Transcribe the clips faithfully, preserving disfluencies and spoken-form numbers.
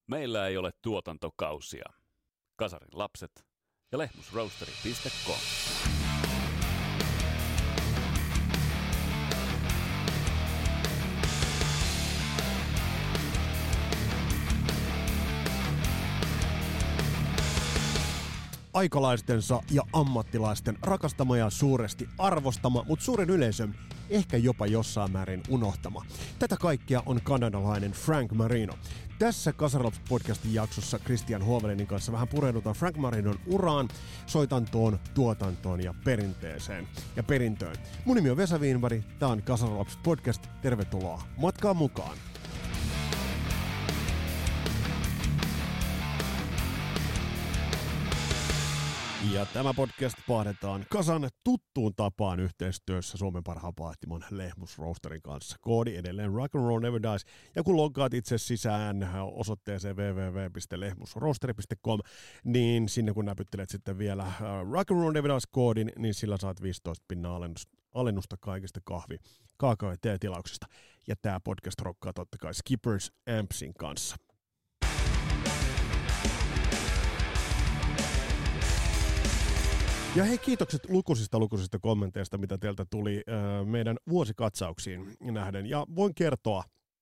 Meillä ei ole tuotantokausia. Kasarin lapset ja lehmusroasteri piste com. Aikalaistensa ja ammattilaisten rakastama ja suuresti arvostama, mutta suuren yleisön ehkä jopa jossain määrin unohtama. Tätä kaikkea on kanadalainen Frank Marino. Tässä Kasarilaps-podcastin jaksossa Christian Hovelenin kanssa vähän pureudutaan Frank Marinon uraan, soitantoon, tuotantoon ja perinteeseen ja perintöön. Mun nimi on Vesa Wienberg, tää on Kasarilaps-podcast, tervetuloa matkaan mukaan! Ja tämä podcast pahdetaan kasan tuttuun tapaan yhteistyössä Suomen parhaan pahtimon Lehmusroasterin kanssa. Koodi edelleen Rock and Roll Never Dies. Ja kun loggaat itse sisään osoitteeseen double-u double-u double-u piste lehmusroasteri piste com, niin sinne kun näpyttelet sitten vielä Rock and Roll Never Dies -koodin, niin sillä saat viisitoista pinnaa alennusta kaikista kahvi, kaakao- ja teetilauksista. Ja tämä podcast rokkaa totta kai Skippers Ampsin kanssa. Ja hei, kiitokset lukuisista lukuisista kommenteista, mitä teiltä tuli äh, meidän vuosikatsauksiin nähden. Ja voin kertoa,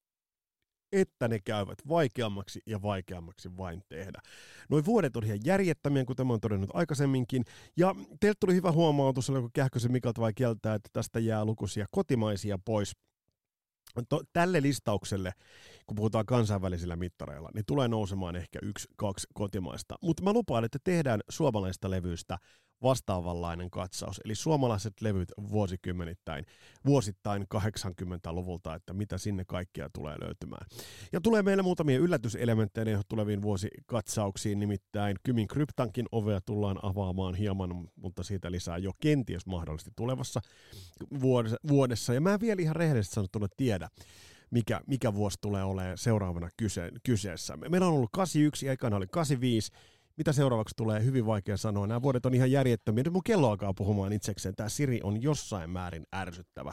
että ne käyvät vaikeammaksi ja vaikeammaksi vain tehdä. Noi vuodet on ihan järjettömiä, kuten mä oon todennut aikaisemminkin. Ja teiltä tuli hyvä huomautus, kun Kähkösen Mikalta vai keltää, että tästä jää lukuisia kotimaisia pois. Tälle listaukselle, kun puhutaan kansainvälisillä mittareilla, niin tulee nousemaan ehkä yksi, kaksi kotimaista. Mutta mä lupaan, että tehdään suomalaisista levyistä vastaavanlainen katsaus. Eli suomalaiset levyt vuosikymmenittäin, vuosittain kahdeksankymmentäluvulta, että mitä sinne kaikkea tulee löytymään. Ja tulee meille muutamia yllätyselementtejä tuleviin vuosikatsauksiin, nimittäin Kymin Kryptankin ovea tullaan avaamaan hieman, mutta siitä lisää jo kenties mahdollisesti tulevassa vuodessa. Ja mä en vielä ihan rehellisesti sanottuna tiedä, mikä, mikä vuosi tulee olemaan seuraavana kyse, kyseessä. Meillä on ollut kahdeksankymmentäyksi, aikana oli kahdeksankymmentäviisi. Mitä seuraavaksi tulee? Hyvin vaikea sanoa. Nämä vuodet on ihan järjettömiä. Nyt mun kello alkaa puhumaan itsekseen. Tämä Siri on jossain määrin ärsyttävä.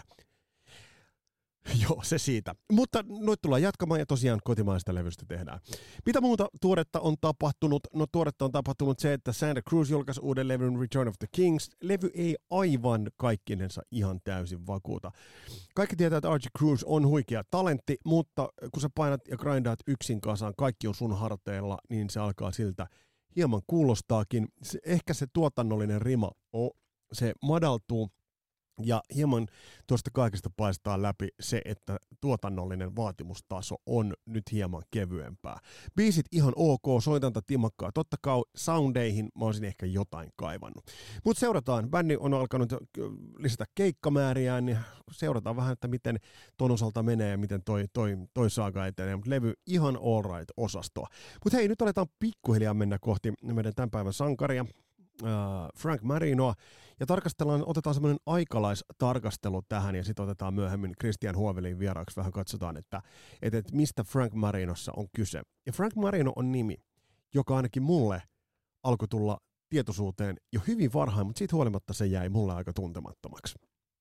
Joo, se siitä. Mutta noit tullaan jatkamaan ja tosiaan kotimaista levystä tehdään. Mitä muuta tuoretta on tapahtunut? No tuoretta on tapahtunut se, että Santa Cruz julkaisi uuden levyn Return of the Kings. Levy ei aivan kaikkinensa ihan täysin vakuuta. Kaikki tietää, että Archie Cruz on huikea talentti, mutta kun sä painat ja grindaat yksin kasaan, kaikki on sun harteilla, niin se alkaa siltä hieman kuulostaakin. Se, ehkä se tuotannollinen rima, oh, se madaltuu ja hieman tuosta kaikesta paistaa läpi se, että tuotannollinen vaatimustaso on nyt hieman kevyempää. Biisit ihan ok, soitanta timakkaa. Totta kai soundeihin mä olisin ehkä jotain kaivannut. Mutta seurataan, bändi on alkanut lisätä keikkamääriään ja seurataan vähän, että miten ton osalta menee ja miten toi, toi, toi saaga etenee. Mutta levy ihan all right -osastoa. Mutta hei, nyt aletaan pikkuhiljaa mennä kohti meidän tämän päivän sankaria. Frank Marinoa, ja tarkastellaan, otetaan semmoinen aikalaistarkastelu tähän, ja sitten otetaan myöhemmin Christian Hovelin vieraaksi, vähän katsotaan, että, että, että mistä Frank Marinossa on kyse. Ja Frank Marino on nimi, joka ainakin mulle alkoi tulla tietoisuuteen jo hyvin varhain, mutta siitä huolimatta se jäi mulle aika tuntemattomaksi.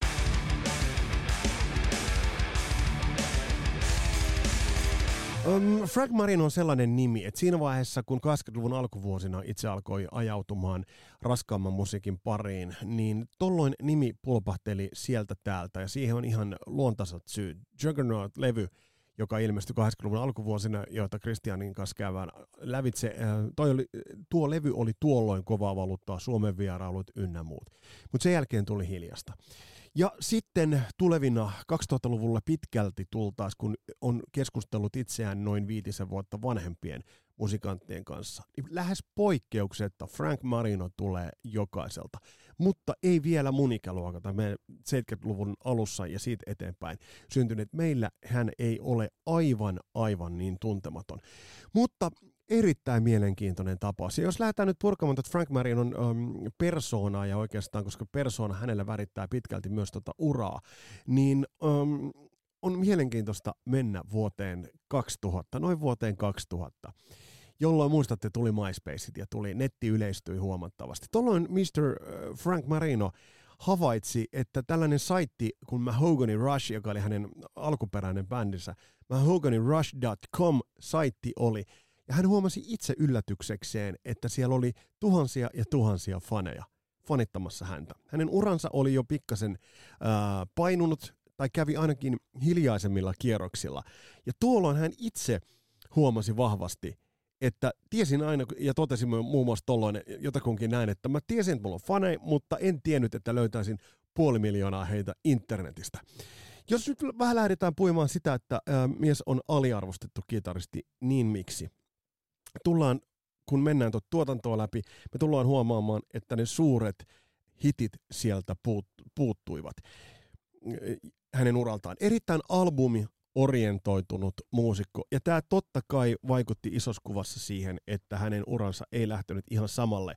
Um, Frank Marino on sellainen nimi, että siinä vaiheessa, kun kahdeksankymmentäluvun alkuvuosina itse alkoi ajautumaan raskaamman musiikin pariin, niin tolloin nimi pulpahteli sieltä täältä, ja siihen on ihan luontaisat syy. Juggernaut-levy, joka ilmestyi kahdeksankymmentäluvun alkuvuosina, joita Christianin kanssa käydään lävitse. Toi oli, tuo levy oli tuolloin kovaa valuuttaa, Suomen vierailut ynnä muut. Mutta sen jälkeen tuli hiljasta. Ja sitten tulevina kaksituhattaluvulla pitkälti tultaas, kun on keskustellut itseään noin viitisen vuotta vanhempien musikanttien kanssa, niin lähes poikkeuksetta Frank Marino tulee jokaiselta, mutta ei vielä mun ikäluokalta, me seitsemänkymmentäluvun alussa ja siitä eteenpäin syntyneet. Meillä hän ei ole aivan, aivan niin tuntematon. Mutta erittäin mielenkiintoinen tapaus. Ja jos lähdetään nyt purkamaan tätä Frank Marinon um, persoonaa, ja oikeastaan, koska persoona hänellä värittää pitkälti myös tota uraa, niin um, on mielenkiintoista mennä vuoteen kaksituhatta, noin vuoteen kaksituhatta, jolloin muistatte tuli MySpaceit ja tuli, netti yleistyi huomattavasti. Tuolloin mister Frank Marino havaitsi, että tällainen saitti kuin Mahogany Rush, joka oli hänen alkuperäinen bändinsä, mahogany rush dot com saitti oli, Ja hän huomasi itse yllätyksekseen, että siellä oli tuhansia ja tuhansia faneja fanittamassa häntä. Hänen uransa oli jo pikkasen ää, painunut tai kävi ainakin hiljaisemmilla kierroksilla. Ja tuolloin hän itse huomasi vahvasti, että tiesin aina, ja totesin muun muassa tolloin jotakunkin näin, että mä tiesin, että mulla on faneja, mutta en tiennyt, että löytäisin puoli miljoonaa heitä internetistä. Jos nyt vähän lähdetään puimaan sitä, että ää, mies on aliarvostettu kitaristi, niin miksi? Tullaan, kun mennään tuota tuotantoa läpi, me tullaan huomaamaan, että ne suuret hitit sieltä puut, puuttuivat hänen uraltaan. Erittäin albumi-orientoitunut muusikko, ja tämä totta kai vaikutti isossa kuvassa siihen, että hänen uransa ei lähtenyt ihan samalle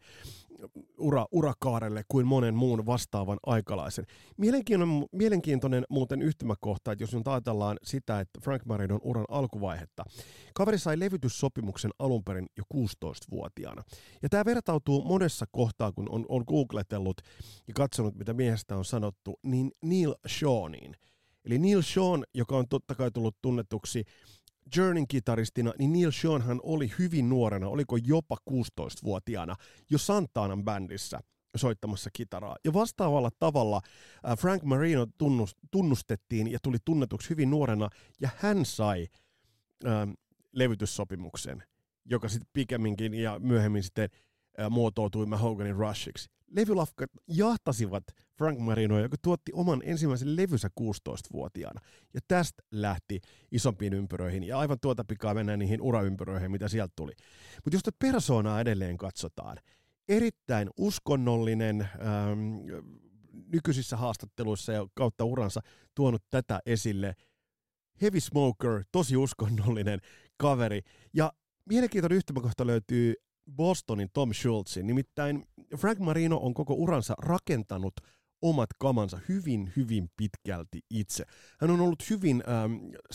ura, urakaarelle kuin monen muun vastaavan aikalaisen. Mielenkiintoinen, mielenkiintoinen muuten yhtymäkohta, että jos nyt ajatellaan sitä, että Frank Marinon uran alkuvaihetta. Kaveri sai levytyssopimuksen alun perin jo kuusitoistavuotiaana. Ja tämä vertautuu monessa kohtaa, kun on, on googletellut ja katsonut, mitä miehestä on sanottu, niin Neil Seaniin. Eli Neil Sean, joka on totta kai tullut tunnetuksi Journeyn kitaristina, niin Neil Seanhan oli hyvin nuorena, oliko jopa kuusitoistavuotiaana, jo Santanan bändissä soittamassa kitaraa. Ja vastaavalla tavalla Frank Marino tunnustettiin ja tuli tunnetuksi hyvin nuorena, ja hän sai ää, levytyssopimuksen, joka sitten pikemminkin ja myöhemmin sitten ää, muotoutui Mahoganin Rushiksi. Levylafkat jahtasivat Frank Marinoa, joka tuotti oman ensimmäisen levynsä kuusitoistavuotiaana. Ja tästä lähti isompiin ympyröihin. Ja aivan tuota pikaa mennään niihin uraympyröihin, mitä sieltä tuli. Mutta jos tätä persoonaa edelleen katsotaan, erittäin uskonnollinen, ähm, nykyisissä haastatteluissa ja kautta uransa tuonut tätä esille. Heavy smoker, tosi uskonnollinen kaveri. Ja mielenkiintoinen yhtymäkohta löytyy Bostonin Tom Schultzin. Nimittäin Frank Marino on koko uransa rakentanut omat kamansa hyvin, hyvin pitkälti itse. Hän on ollut hyvin ähm,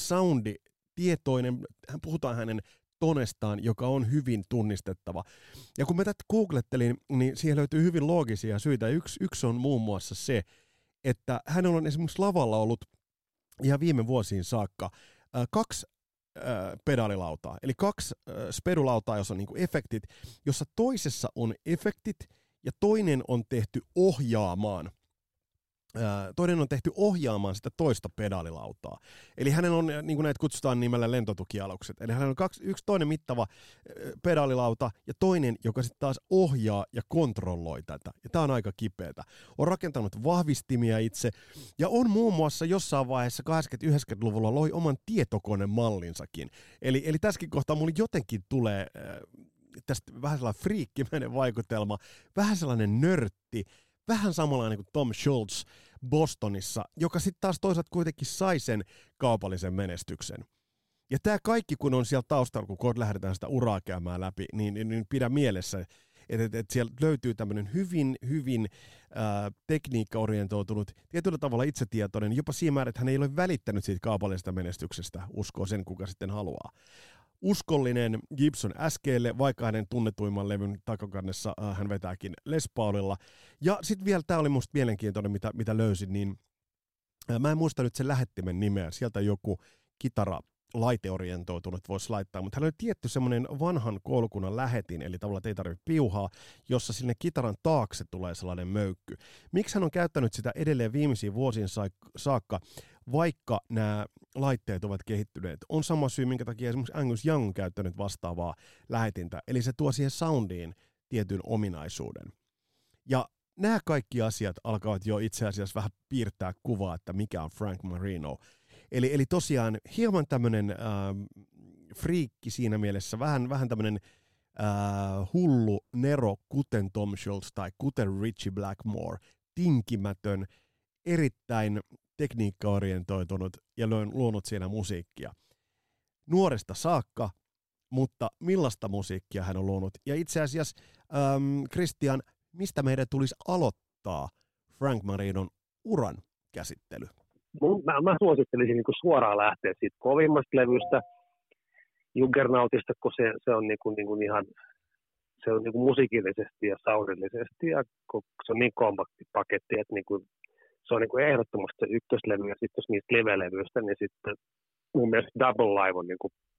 sounditietoinen. Hän puhutaan hänen tonestaan, joka on hyvin tunnistettava. Ja kun mä tätä googlettelin, niin siihen löytyy hyvin loogisia syitä. Yksi, yksi on muun muassa se, että hänellä on esimerkiksi lavalla ollut ihan viime vuosiin saakka äh, kaksi pedaalilautaa, eli kaksi spedulautaa, jossa on niinku efektit, jossa toisessa on efektit ja toinen on tehty ohjaamaan toinen on tehty ohjaamaan sitä toista pedaalilautaa. Eli hänellä on, niin kuin näitä kutsutaan nimellä lentotukialukset, eli hänellä on kaksi, yksi toinen mittava pedaalilauta ja toinen, joka sitten taas ohjaa ja kontrolloi tätä. Ja tämä on aika kipeätä. On rakentanut vahvistimia itse ja on muun muassa jossain vaiheessa kahdeksankymmentä-yhdeksänkymmentäluvulla loi oman tietokonemallinsakin. Eli, eli tässäkin kohtaa mulle jotenkin tulee äh, tästä vähän sellainen friikkimäinen vaikutelma, vähän sellainen nörtti, vähän samanlainen kuin Tom Schultz Bostonissa, joka sitten taas toisaalta kuitenkin sai sen kaupallisen menestyksen. Ja tämä kaikki, kun on siellä taustalla, kun lähdetään sitä uraa käymään läpi, niin, niin, niin pidä mielessä, että, että, että siellä löytyy tämmöinen hyvin, hyvin äh, tekniikkaorientoitunut, tietyllä tavalla itsetietoinen, jopa siinä määrin, että hän ei ole välittänyt siitä kaupallisesta menestyksestä, uskoo sen, kuka sitten haluaa. Uskollinen Gibson S G:lle, vaikka hänen tunnetuimman levyn takakannessa äh, hän vetääkin Les Paulilla. Ja sitten vielä tämä oli musta mielenkiintoinen, mitä, mitä löysin, niin äh, mä en muista nyt sen lähettimen nimeä. Sieltä joku kitara laiteorientoitunut voisi laittaa, mutta hän oli tietty semmoinen vanhan koulukunnan lähetin, eli tavallaan ei tarvitse piuhaa, jossa sinne kitaran taakse tulee sellainen möykky. Miksi hän on käyttänyt sitä edelleen viimeisiin vuosiin saakka, vaikka nämä laitteet ovat kehittyneet? On sama syy, minkä takia esimerkiksi Angus Young on käyttänyt vastaavaa lähetintä, eli se tuo siihen soundiin tietyn ominaisuuden. Ja nämä kaikki asiat alkavat jo itse asiassa vähän piirtää kuvaa, että mikä on Frank Marino. Eli, eli tosiaan hieman tämmöinen äh, friikki siinä mielessä, vähän, vähän tämmöinen äh, hullu nero, kuten Tom Schultz tai kuten Ritchie Blackmore, tinkimätön, erittäin tekniikkaorientoitunut ja luonut siinä musiikkia. Nuoresta saakka, mutta millaista musiikkia hän on luonut. Ja itse asiassa, ähm, Christian, mistä meidän tulisi aloittaa Frank Marinon uran käsittely? Mä, mä suosittelisin niin kuin suoraan lähteä siitä kovimmasta levystä, Juggernautista, kun se, se on, niin kuin, niin kuin ihan, se on niin kuin musiikillisesti ja soundillisesti, ja se on niin kompakti paketti, että niin kuin, se on niin kuin ehdottomasti se ykköslevy, ja sitten jos niistä live-levyistä, niin sitten mun mielestä Double Live on niin kuin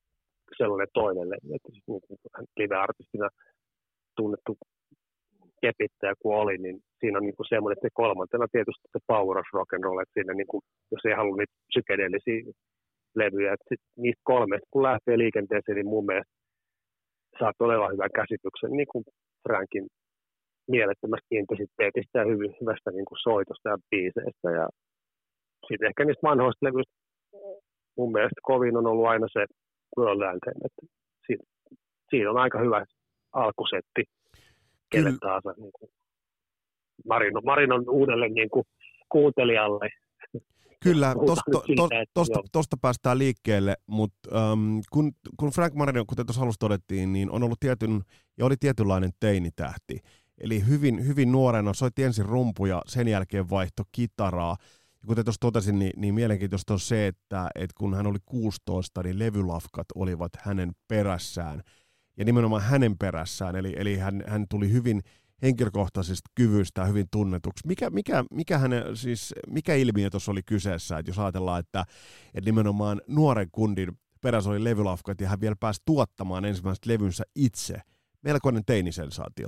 sellainen toinen levy, että niin kuin live-artistina tunnettu kepittäjä kuin oli, niin siinä on niin kuin semmoinen, että kolmantena tietysti se power of rock and roll, että siinä niin kuin, jos ei halua niitä psykedeellisiä levyjä, että sit niistä kolmesta, kun lähtee liikenteeseen, niin mun mielestä saa todella hyvän käsityksen niin kuin Frankin mielettömästä intensiteetistä ja hyvin, hyvästä niin kuin soitosta ja biiseistä. Ja sitten ehkä niistä vanhoista levyistä mun mielestä kovin on ollut aina se World Anthem, että siinä, siinä on aika hyvä alkusetti. Kelle taas niin kuin Marinon, Marinon uudelle niin kuin kuuntelijalle. Kyllä, tuosta to, to, tosta, tosta päästään liikkeelle, mutta um, kun, kun Frank Marino, kuten tuossa alussa todettiin, niin on ollut tietyn, ja oli tietynlainen teinitähti. Eli hyvin, hyvin nuorena soitti ensin rumpuja, sen jälkeen vaihto kitaraa. Ja kuten tuossa totesin, niin, niin mielenkiintoista on se, että, että kun hän oli kuusitoista, niin levylafkat olivat hänen perässään. Ja nimenomaan hänen perässään, eli, eli hän, hän tuli hyvin henkilökohtaisista kyvyistä hyvin tunnetuksi. Mikä, mikä, mikä, hänen, siis, mikä ilmiö tuossa oli kyseessä, että jos ajatellaan, että, että nimenomaan nuoren kundin perässä oli levylafkat ja hän vielä pääsi tuottamaan ensimmäiset levynsä itse. Melkoinen teinisensaatio.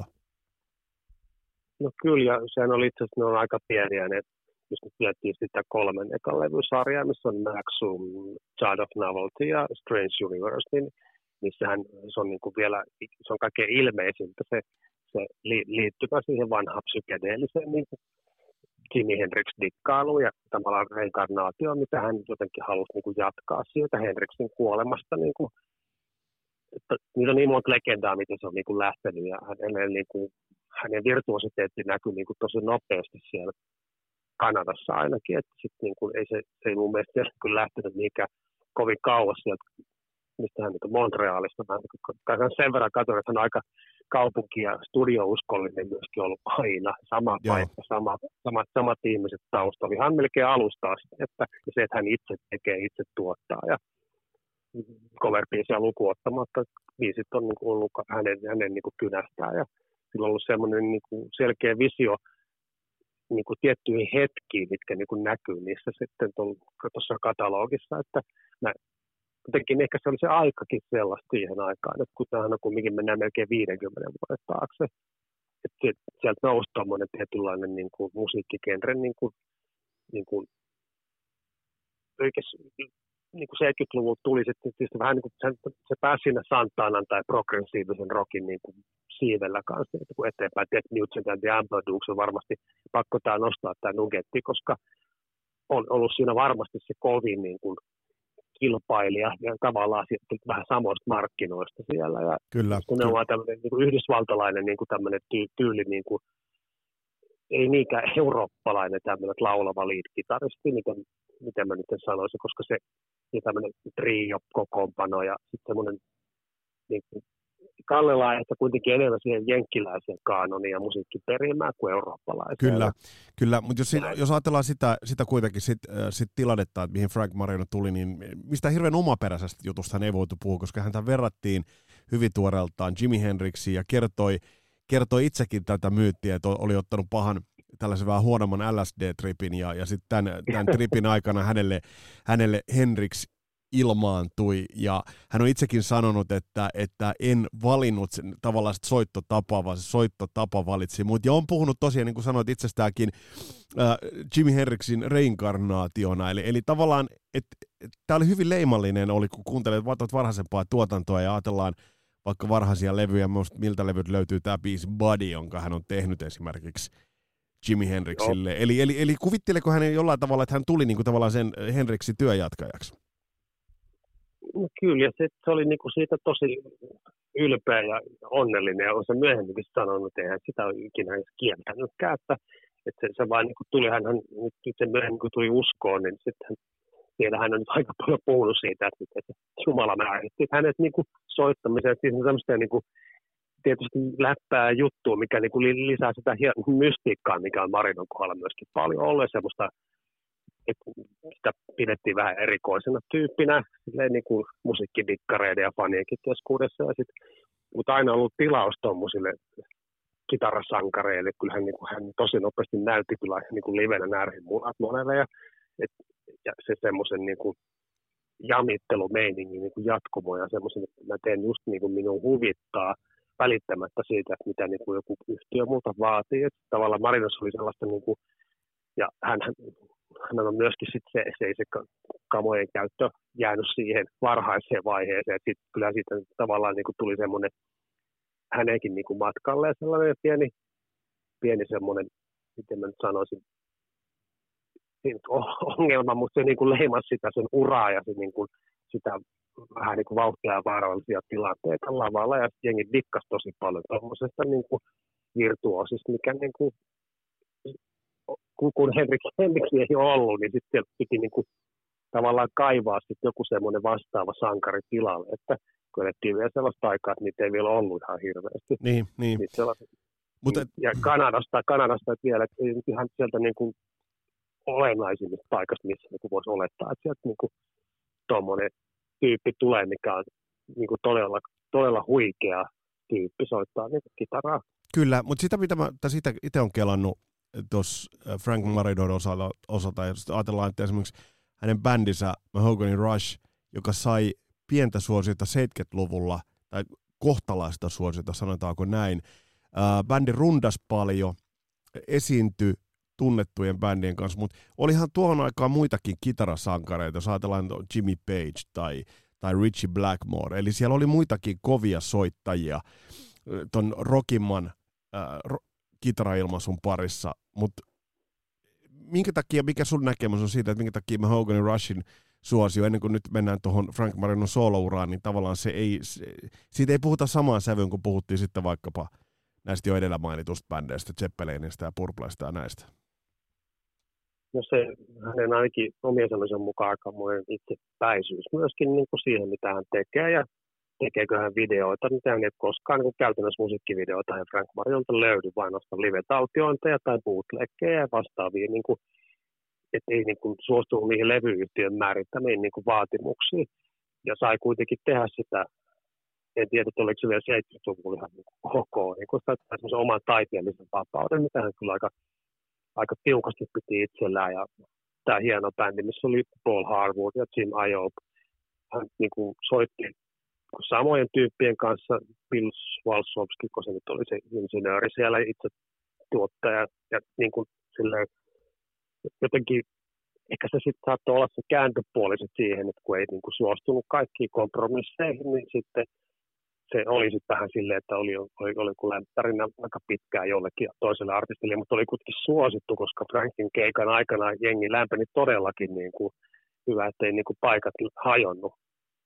No kyllä, ja sehän oli itse asiassa, ne on aika pieniä, ne, jos nyt miettii sitä kolmen ekan levysarjaa, missä on Maxum, Child of Novelty ja Strange Universe, niin missähän se on niin kuin vielä, se on kaikkein ilmeisintä se, se liittymä siihen vanhaan psykedeelliseen niin Jimi Hendrix-dikkailuun ja tavallaan reinkarnaatioon, mitä hän jotenkin halusi niin kuin jatkaa siitä Hendrixin kuolemasta. Niin kuin, että niillä on niin monta legendaa, miten se on niin kuin lähtenyt ja hänen, niin kuin, hänen virtuositeetti näkyy niin kuin tosi nopeasti siellä Kanadassa ainakin, että sit niin kuin, ei se, se ei mun mielestä kyllä lähtenyt mihinkään kovin kauas sieltä, mistä hän niin Montrealista. Mä sen verran katson, että hän on aika kaupunki- ja studio-uskollinen myöskin ollut aina. Sama Joo. paikka, sama, samat, samat ihmiset taustalla. Ihan melkein alusta asti. Että, ja se, että hän itse tekee, itse tuottaa. Ja cover-biisiä lukuun ottamatta, biisit on niin kuin ollut hänen, hänen niin kuin kynästään. Ja sillä on ollut semmoinen niin kuin selkeä visio niin kuin tiettyihin hetkiin, mitkä niin kuin näkyy niissä sitten tuossa katalogissa. Että mä, jotenkin ehkä se oli se aikakin sellaista siihen aikaan, että kun tämähän on kumminkin mennään melkein viidenkymmenen vuoden taakse, että sieltä nousi tuommoinen tietynlainen niin kuin musiikkigenre, niin kuin, niin kuin, niin kuin seitsemänkymmentäluvulta tuli sitten, sitten vähän niin kuin se, se pääsi siinä Santanan tai progressiivisen rockin niin kuin siivellä kanssa, että kun eteenpäin Death Nugent ja The Amber on varmasti pakko tämä nostaa tämä nugetti, koska on ollut siinä varmasti se kovin niin kuin kilpailija ja tavallaan sitten vähän samoista markkinoista siellä. Ja kyllä. Kun ne on tämmöinen niin kuin yhdysvaltalainen niin kuin tämmöinen tyyli, niin kuin, ei niinkään eurooppalainen tämmöinen laulava lead-kitaristi, miten, miten mä nyt sanoisin, koska se tämmöinen trio-kokoonpano ja sitten semmoinen niin kuin, Kalle laajasta kuitenkin enemmän siihen jenkkiläiseen kaanonin ja musiikkiperimään kuin eurooppalaiseen. Kyllä, kyllä. Mutta jos, jos ajatellaan sitä, sitä kuitenkin sit, sit tilannetta, että mihin Frank Marino tuli, niin mistä hirveän omaperäisestä jutusta hän ei voitu puhua, koska häntä verrattiin hyvin tuoreeltaan Jimi Hendrixiin ja kertoi, kertoi itsekin tätä myyttiä, että oli ottanut pahan tällaisen vähän huonomman L S D-tripin ja, ja sitten tämän, tämän tripin aikana hänelle, hänelle Hendrix ilmaantui, ja hän on itsekin sanonut, että, että en valinnut sen, tavallaan soittotapaa, vaan se soittotapa valitsi mut, ja on puhunut tosiaan, niin kuin sanoit itsestäänkin, äh, Jimi Hendrixin reinkarnaationa, eli, eli tavallaan, että et, tämä oli hyvin leimallinen, oli, kun kuuntelet varhaisempaa tuotantoa, ja ajatellaan vaikka varhaisia levyjä, miltä levyt löytyy tämä biisi Buddy, jonka hän on tehnyt esimerkiksi Jimi Hendrixille, no. eli, eli, eli kuvitteleko hän jollain tavalla, että hän tuli niin kuin tavallaan sen Hendrixin työjatkajaksi? No kyllä, ja se, se oli niinku siitä tosi ylpeä ja onnellinen, ja on se myöhemminkin sanonut, että eihän sitä ole ikinä edes kieltänytkään, että, että se, se vaan niinku tuli, hän, hän nyt se myöhemmin kun tuli uskoon, niin sitten siellä hän on nyt aika paljon puhunut siitä, että, että Jumala määritti hänet niinku soittamiseen, siis on semmoista niinku, tietysti läppää juttua, mikä niinku lisää sitä mystiikkaa, mikä on Marinon kohdalla myöskin paljon ollut, semmoista, että sitä pidettiin vähän erikoisena tyyppinä niin kuin musiikkidikkareiden ja fanienkin keskuudessa. Ja sit, mutta aina on ollut tilaus tuommoisille kitarasankareille. Kyllä hän, niin kuin, hän tosi nopeasti näytti kyllä niin kuin livenä närhin munat monelle. Ja, et, ja se semmoisen niin kuin jamittelumeiningin niin kuin jatkumo ja semmoisen, että mä teen just niin kuin minun huvittaa välittämättä siitä, että mitä niin kuin joku yhtiö multa vaatii. Että tavallaan Marinos oli sellaista, niin kuin, ja hän, hän on myöskin sit se, se, ei se kamojen käyttö jäänyt siihen varhaiseen vaiheeseen. Että sit, kyllä siitä tavallaan niin kuin tuli semmoinen hänenkin niin kuin matkalle sellainen pieni, pieni semmoinen, miten mä nyt sanoisin, ongelma, mutta se niin kuin leimasi sitä sen uraa ja se, niin kuin, sitä vähän niin kuin vauhtia ja vaarallisia tilanteita lavalla, ja jengi dikkasi tosi paljon tuommoisesta niin kuin virtuosista, mikä niin kuin, kun Henrik, Henrik ei ole ollut, niin sitten piti niin kuin tavallaan kaivaa sitten joku semmoinen vastaava sankari tilalle, että kun elettiin vielä sellaista aikaa, että niitä ei vielä ollut ihan hirveästi. Niin, niin. Mutta, ja Kanadasta, Kanadasta että vielä, että ihan sieltä niin kuin olennaisimmista paikasta, missä niin voisi olettaa, että sieltä niin tuommoinen tyyppi tulee, mikä on niin kuin todella, todella huikea tyyppi soittaa niin kitaraa. Kyllä, mutta sitä, mitä mä tässä itse olen kelannut tuossa Frank Marinon osalta, osalta, jos ajatellaan, että esimerkiksi hänen bändinsä Mahogany Rush, joka sai pientä suosiota seitsemänkymmentäluvulla, tai kohtalaista suosiota, sanotaanko näin. Ää, bändi rundas paljon, esiintyi tunnettujen bändien kanssa, mutta olihan tuohon aikaan muitakin kitarasankareita, jos ajatellaan Jimmy Page tai, tai Richie Blackmore, eli siellä oli muitakin kovia soittajia ton rockimman ää, ro, kitarailmaisun parissa, mutta minkä takia, mikä sun näkemys on siitä, että minkä takia Mahogany Rushin suosio, ennen kuin nyt mennään tuohon Frank Marinon soolouraan, niin tavallaan se ei, se, siitä ei puhuta samaan sävyyn, kun puhuttiin sitten vaikkapa näistä jo edellä mainitusta bändeistä, Zeppelinistä ja Purplesta ja näistä. No se hänen ainakin omien sanoisen mukaan aikamoinen itsepäisyys myöskin niin kuin siihen, mitä hän tekee, ja tekeekö hän videoita, mitä hän ei koskaan niin kuin käytännössä musiikkivideoita ja Frank Marinolta löydy, vain nostaa live-taltiointeja tai bootleggejä ja vastaavia, niin kuin, että ei niin kuin suostunut niihin levyyhtiön määrittämiin niin kuin vaatimuksiin, ja sai kuitenkin tehdä sitä. En tiedä, että oliko se vielä seitsemänkymmentäluvulla ihan niin ok, niin kuin sitä semmoisen oman taiteellisen vapauden, mitä hän kyllä aika, aika tiukasti piti itsellään. Ja tämä hieno bändi, missä oli Paul Harwood ja Jim Iove, hän niin kuin soitti samojen tyyppien kanssa, Bill Walsowski, kun se nyt oli se insinööri siellä, itse tuottaja, ja niin kuin silleen, jotenkin ehkä se sitten saattoi olla se kääntöpuoliset siihen, että kun ei niin kuin suostunut kaikkiin kompromisseihin, niin sitten se oli sitten vähän silleen, että oli, oli, oli kuin lämpärinä aika pitkään jollekin toiselle artistille, mutta oli kuitenkin suosittu, koska Frankin keikan aikana jengi lämpeni todellakin niin kuin hyvä, ettei niin kuin paikat hajonnut.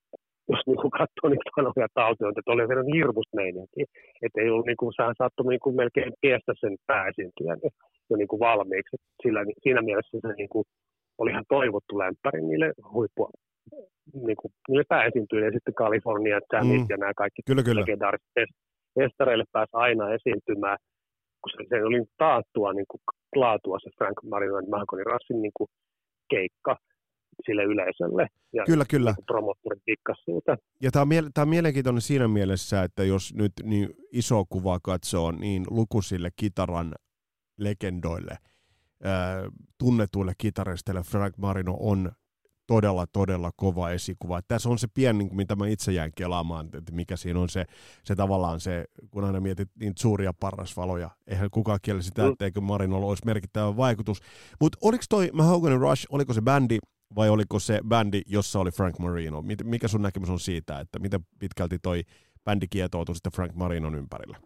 Jos niin kuin katsoo niitä vanhoja taltioita, että oli vielä hirmuista meininkiä, että ei ollut niin kuin, sehän saattoi niin kuin melkein piestä sen pääesiintyjän jo niin kuin valmiiksi. Sillä, siinä mielessä se niin kuin, oli ihan toivottu lämpäri niille huippua. Niin kuin, niille pääesiintyjille ja sitten California Jamit mm. ja nämä kaikki legendaariset festareille pääsi aina esiintymään, kun se, se oli taattua niin kuin, laatua se Frank Marinon Mahogany Rushin niin kuin, keikka sille yleisölle. Ja kyllä, kyllä. Niin promottorit dikkasi siitä. Ja tämä on, mie- tämä on mielenkiintoinen siinä mielessä, että jos nyt niin iso kuva katsoo, niin lukuisille kitaran legendoille, ää, tunnetuille kitaristeille Frank Marino on todella, todella kova esikuva. Että tässä on se pieni, mitä mä itse jäin kelaamaan, että mikä siinä on se, se tavallaan se, kun aina mietit niitä suuria parrasvaloja, eihän kukaan kiele sitä, mm. etteikö Marinolla olisi merkittävä vaikutus. Mutta oliko toi Mahogany Rush, oliko se bändi, vai oliko se bändi, jossa oli Frank Marino? Mikä sun näkemys on siitä, että miten pitkälti toi bändi kietoutui sitten Frank Marinon ympärille?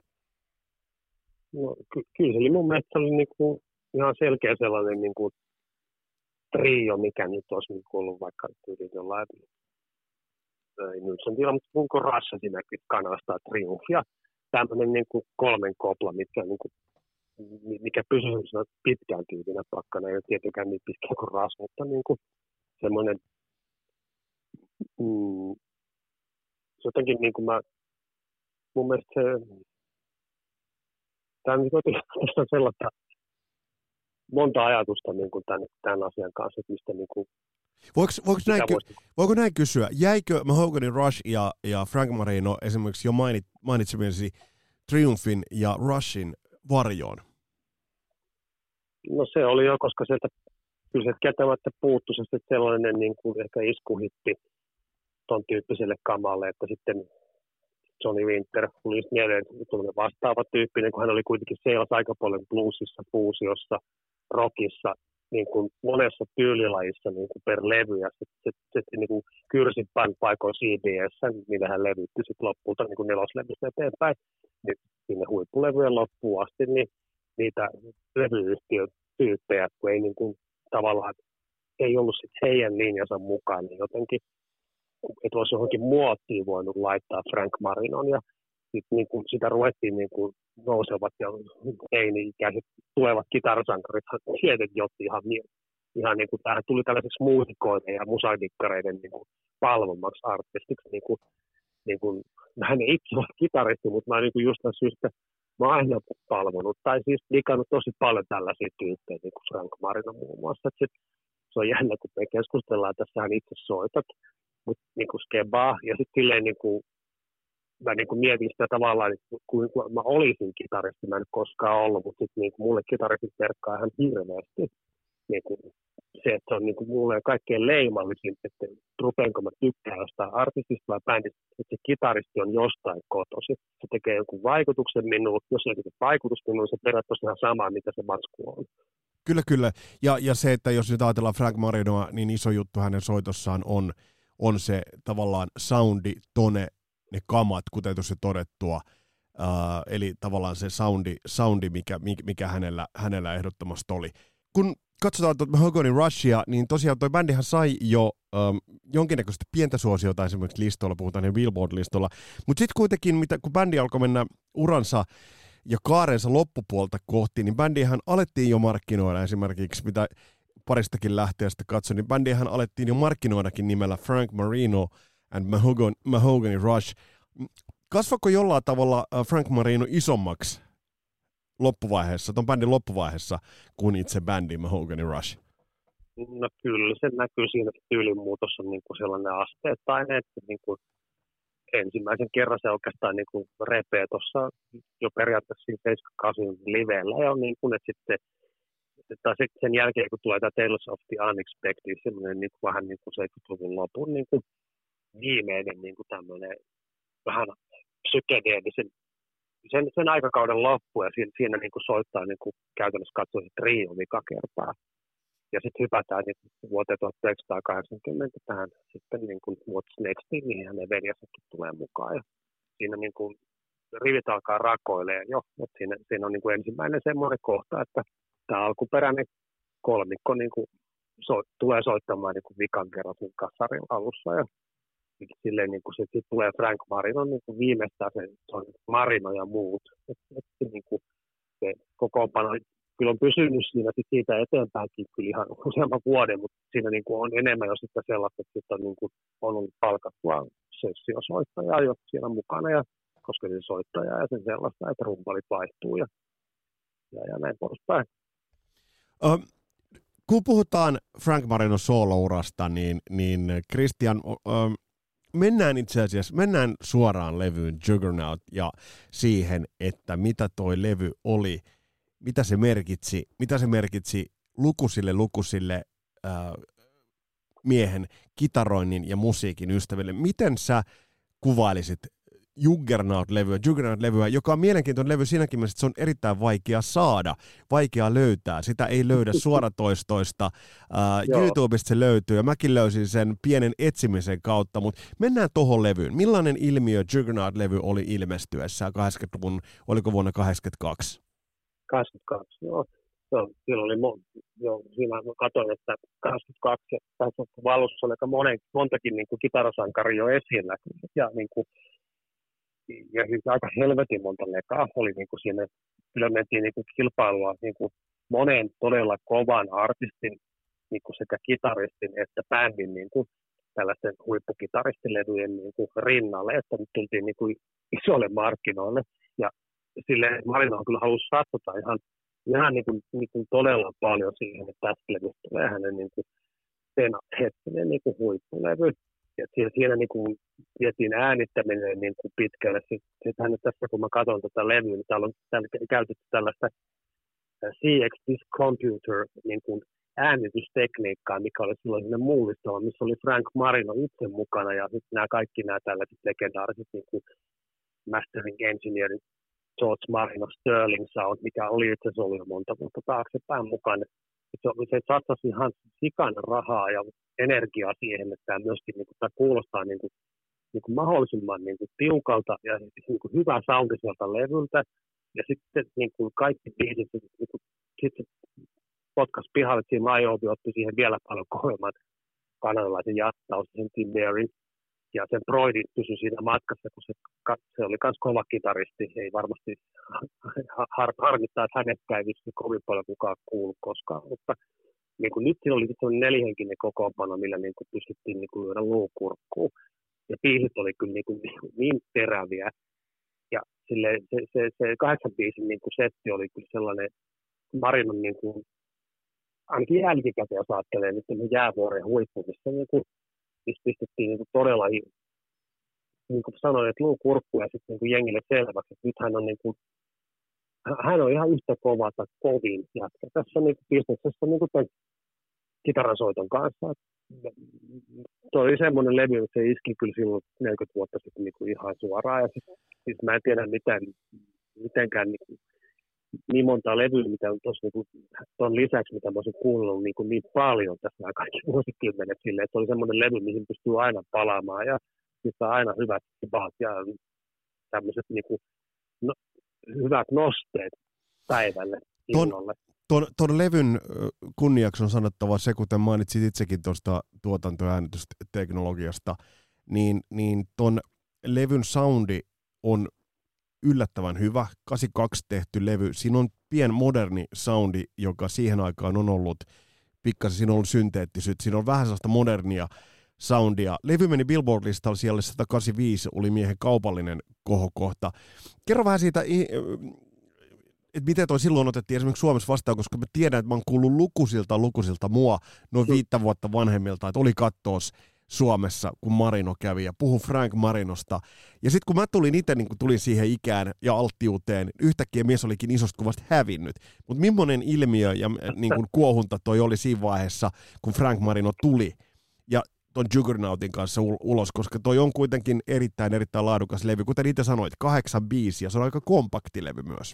No ky- kyllä se oli mun mielestä oli niinku ihan selkeä sellainen niinku trio, mikä nyt olisi niinku ollut vaikka tyyliin jollain, ei nyt sen tiedä, mutta Bunko Rush esimerkiksi Kanadasta Triumphia. Tämmöinen niinku kolmen kopla, mitkä niinku mikä pysyy pitkään tyypinä pakkana, ei ole tietenkään niin pitkä kuin Rush, mutta niinku semmoinen, mm, jotenkin niin kuin mä, mun mielestä se, tämä on niin sellaista monta ajatusta niin kuin tämän, tämän asian kanssa, että mistä niin kuin, Voiko, voiko, näin, voisi... voiko näin kysyä, jäikö Mahogany Rush ja, ja Frank Marino esimerkiksi jo mainit, mainitsemisi Triumphin ja Rushin varjoon? No se oli jo, koska sieltä kyllä se kieltämättä puuttu se sellainen niin kuin ehkä iskuhitti ton tyyppiselle kamalle, että sitten Johnny Winter oli just mieleen vastaava tyyppinen, kun hän oli kuitenkin seilasi aika paljon bluesissa, fuusiossa, rockissa, niin kuin monessa tyylilajissa niin kuin per levy, ja sitten sit, sit, niin kuin kyrsit paikoin C B S, millä hän levytti sitten lopulta niin kuin neloslevystä eteenpäin, niin sinne huippulevyjen loppuun asti, niin niitä levyyhtiön tyyppejä, kun ei niin kuin, tavallaan ei ollut sit heidän linjansa mukaan, niin jotenkin, että olisi johonkin muottiin voinut laittaa Frank Marinon, ja sit, niin kuin, sitä ruvettiin niin kuin nousevat ja teini-ikäiset tulevat kitarasankarit tietenkin otti ihan, ihan niin kuin, tähän tuli tällaiseksi muusikoiden ja musadikkareiden niin kuin palvommaksi artistiksi, niin kuin, niin kuin, hän ei itse ole kitaristi, mutta mä niin kuin just tässä syystä mä oon aina palvonut, tai siis digannut tosi paljon tällaisia tyyppejä, niin kuin Frank Marino muun muassa. Sit, se on jännä, kun me keskustellaan, tässä hän itse soitat, mutta niin kuin skebaa, ja sitten silleen niin kuin, mä niin kuin mietin sitä tavallaan, että kun mä olisin kitaristi, mä en koskaan ollut, mutta sitten niin kuin mulle kitaristit verkkaa ihan hirveästi. Niin kuin se, että se on niin kuin mulle kaikkein leimallisin, että rupeanko mä tykkään jostain artistista vai bändistä, että se kitaristi on jostain kotosi. Se tekee jonkun vaikutuksen minuun, jos ei tee vaikutusta minuun, se periaatteessa ihan sama, mitä se matsku on. Kyllä, kyllä. Ja, ja se, että jos nyt ajatellaan Frank Marinoa, niin iso juttu hänen soitossaan on, on se tavallaan soundi, tone, ne kamat, kuten tuossa todettua. Uh, eli tavallaan se soundi, soundi mikä, mikä hänellä, hänellä ehdottomasti oli. Kun katsotaan tuota Mahogany Rushia, niin tosiaan toi bändihän sai jo um, jonkinnäköistä pientä suosiota esimerkiksi listoilla, puhutaan niin Billboard-listolla, mutta sitten kuitenkin, mitä, kun bändi alkoi mennä uransa ja kaarensa loppupuolta kohti, niin bändihän alettiin jo markkinoida esimerkiksi, mitä paristakin lähteestä katsoin, niin bändihän alettiin jo markkinoidakin nimellä Frank Marino and Mahogany, Mahogany Rush. Kasvako jollain tavalla Frank Marino isommaksi loppuvaiheessa, ton bändin loppuvaiheessa, kuin itse bändi Mahogany Rush? No kyllä, se näkyy siinä, että tyylinmuutos on niin kuin sellainen asteittainen, että niin kuin ensimmäisen kerran se oikeastaan niin kuin repee tuossa jo periaatteessa seitsemänkymmentäkahdeksan liveellä, ja on niin kuin, että sitten tai sen jälkeen, kun tulee tämä Tales of the Unexpected, semmoinen niin kuin, vähän niin kuin seitsemänkymmentäluvun lopun niin kuin viimeinen niin kuin tämmöinen vähän psykedeellisen sen, sen aikakauden loppu, ja siinä, siinä niin kuin soittaa niin kuin käytännössä katsoen trio vika kertaa. Ja sitten hypätään niin vuoteen tuhatyhdeksänsataakahdeksankymmentä tähän sitten niin kuin What's Next, mihin hänen veljensäkin tulee mukaan. Ja siinä niin kuin rivit alkaa rakoilemaan jo, mutta siinä, siinä on niin kuin ensimmäinen semmoinen kohta, että tämä alkuperäinen kolmikko niin kuin so, tulee soittamaan niin kuin vikan kerran siinä kassarin alussa. Ja silleen niin kuin sitten tulee Frank Marino niin kuin viimeistään se, se on Marino ja muut. Et, et, niin kuin se kokoonpano kyllä on pysynyt siinä siitä eteenpäinkin kyllä ihan useamman vuoden, mutta siinä niin kuin on enemmän jo sitten sellaista, että sitten on, niin kuin, on ollut palkattua sessiosoittajaa jo siellä mukana, ja koska se soittaja ja sen sellaista, että rumpalit vaihtuu ja, ja, ja näin poispäin. Um. Kun puhutaan Frank Marino solo-urasta, niin, niin Christian, um, mennään itse asiassa, mennään suoraan levyyn Juggernaut ja siihen, että mitä toi levy oli, mitä se merkitsi, mitä se merkitsi lukuisille lukuisille äh, miehen kitaroinnin ja musiikin ystäville. Miten sä kuvailisit Juggernaut-levyä, Juggernaut-levyä, joka on mielenkiintoinen levy siinäkin mielessä, että se on erittäin vaikea saada, vaikea löytää. Sitä ei löydä suoratoistoista. Uh, YouTubesta se löytyy, ja mäkin löysin sen pienen etsimisen kautta, mutta mennään tohon levyyn. Millainen ilmiö Juggernaut-levy oli ilmestyessä kahdeksankymmentäluvun, oliko vuonna kahdeksankymmentäkaksi? kahdeksankymmentäkaksi, joo. Joo, silloin oli, joo, siinä katsoin, että kahdeksankymmentäkaksi, ja tässä valossa oli aika monen, montakin niin kuin kitarasankari jo esillä, ja niin kuin ja siis aika helvetin monta lekaa oli niin kuin siinä, kyllä mentiin niin kuin kilpailua niin kuin monen todella kovan artistin niin kuin sekä kitaristin että bändin niin kuin tällaisten huippukitaristilevyjen niin kuin rinnalle, että nyt tultiin niin kuin isoille markkinoille, ja silleen Marino kyllä halusi satsata ihan, ihan niin kuin, niin kuin todella paljon siihen, että tästä levystä tulee hänen niin kuin sen hetkinen niin kuin huippulevy. Ja siinä, siinä niin kuin vietiin äänittäminen niin kuin pitkälle. Sitten tässä, kun mä katson tätä levyä, niin täällä on täällä käytetty tällaista C X Disc Computer niin kuin äänitystekniikkaa, mikä oli silloin sinne mullistava, missä oli Frank Marino itse mukana ja sitten nämä kaikki nämä tällaiset legendaariset niin kuin mastering engineerin George Marino Sterling Sound, mikä oli itse asiassa ollut jo monta vuotta taaksepäin mukana. Se, se satsasi ihan sikan rahaa ja energiaa siihen, että tämä myöskin niin kuin, tämä kuulostaa niin kuin, niin kuin mahdollisimman niin kuin, tiukalta ja niin kuin, hyvää soundiselta levyltä. Ja sitten niin kuin, kaikki biisit, niin kuin, sitten potkas pihalle, että siinä Maiobi otti siihen vielä paljon kovemman kanadalaisen jattaus, sen Tim Berry. Ja sen Broidi pysyi siinä matkassa, kun se, se oli myös kova kitaristi. Ei varmasti har, harmittaa, että hänestä ei vissi kovin paljon kukaan kuullut koskaan. Mutta niin kuin nyt siinä oli sitten nelihenkinen kokoonpano, millä niin kuin pystyttiin niin kuin lyödä luukurkkuun. Ja biisit oli kyllä niin, kuin niin teräviä. Ja sille, se, se, se kahdeksan biisin niin kuin setti oli kyllä sellainen Marinon, niin kuin, ainakin jälkikäteen, jos ajattelee nyt jäävuoren huippu, missä niin kuin, missä pistettiin niin kuin todella, niin kuin sanoin, että luukurkku ja sitten niin jengille selväksi, että nyt hän on, niin kuin, hän on ihan yhtä kova tai kovin jätkä tässä niin kuin bisneksessä niin kuin tämän kitarasoiton kanssa. Tuo oli semmoinen levy, että se iski kyllä silloin neljäkymmentä vuotta sitten niin kuin ihan suoraan. Ja siis, siis mä en tiedä mitään, mitenkään niin, kuin, niin monta levyä, mitä on tuossa niin tuon lisäksi, mitä mä olisin kuunnellut niin, niin paljon tässä nämä kaikki vuosikymmenet silleen, että se oli semmoinen levy, mihin pystyy aina palaamaan ja sitten on aina hyvät kibaat ja tämmöiset niin kuin, no, hyvät nosteet päivälle innolle. Tuon, tuon levyn kunniaksi on sanottava se, kuten mainitsit itsekin tuosta tuotantoäänitysteknologiasta, niin, niin tuon levyn soundi on yllättävän hyvä. kahdeksankymmentäkaksi tehty levy. Siinä on pien moderni soundi, joka siihen aikaan on ollut pikkasen, siinä on ollut synteettisyyttä. Siinä on vähän sellaista modernia soundia. Levy meni Billboard-listalla siellä sata kahdeksankymmentäviisi, oli miehen kaupallinen kohokohta. Kerro vähän siitä, että miten toi silloin otettiin esimerkiksi Suomessa vastaan, koska mä tiedän, että mä oon kuullut lukuisilta lukuisilta mua noin viittä vuotta vanhemmilta, että oli kattoos Suomessa, kun Marino kävi ja puhui Frank Marinosta. Ja sitten kun mä tulin itse, niin kun tulin siihen ikään ja alttiuteen, yhtäkkiä mies olikin isosta kuvasta hävinnyt. Mutta millainen ilmiö ja niin kun kuohunta toi oli siinä vaiheessa, kun Frank Marino tuli ja ton Juggernautin kanssa ulos, koska toi on kuitenkin erittäin, erittäin laadukas levy. Kuten itse sanoit, kahdeksan biisiä, se on aika kompakti levy myös.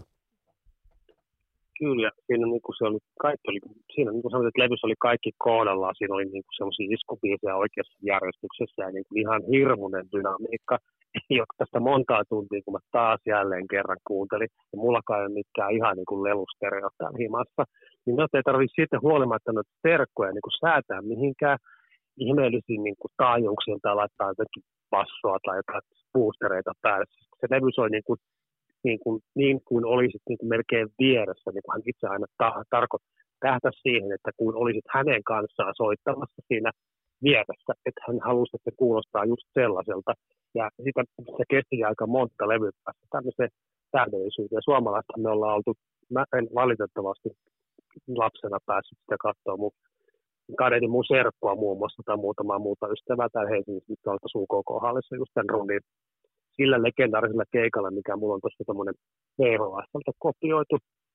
Kyllä, siinä niin kuin se oli, kaikki oli, siinä niin kuin sanoit, että levyssä oli kaikki kohdallaan, siinä oli niin kuin sellaisia iskubiisejä oikeassa järjestyksessä ja niin kuin ihan hirmuinen dynamiikka, joka tästä montaa tuntia, kun mä taas jälleen kerran kuuntelin, ja mullakaan ei ole mikään ihan niin kuin lelustereo täällä himassa, niin noita ei tarvitse sitten huolimatta noita terkkoja niin kuin säätää mihinkään ihmeellisiin niin kuin taajuuksiin tai laittaa jotenkin bassoa tai jotain boostereita päälle. Se levy soi niin kuin Niin kuin, niin kuin olisit niin kuin melkein vieressä, niin kuin hän itse aina ta- tarkoittaa, tähtäisi siihen, että kun olisit hänen kanssaan soittamassa siinä vieressä, että hän halusi, että se kuulostaa just sellaiselta. Ja sitä se kesti aika monta levyä päästä tämmöiseen täydellisyyteen. Suomalaista me ollaan oltu, mä en valitettavasti lapsena päässyt sitä katsoa, mutta kadetin mun serppua muun muassa tai muutamaa muuta ystävää täällä Helsingissä, mitkä on tässä U K K-hallissa just tämän rundin. Sillä legendaarisella keikalla, mikä mulla on tuossa tämmöinen V H S:ltä kopioitu,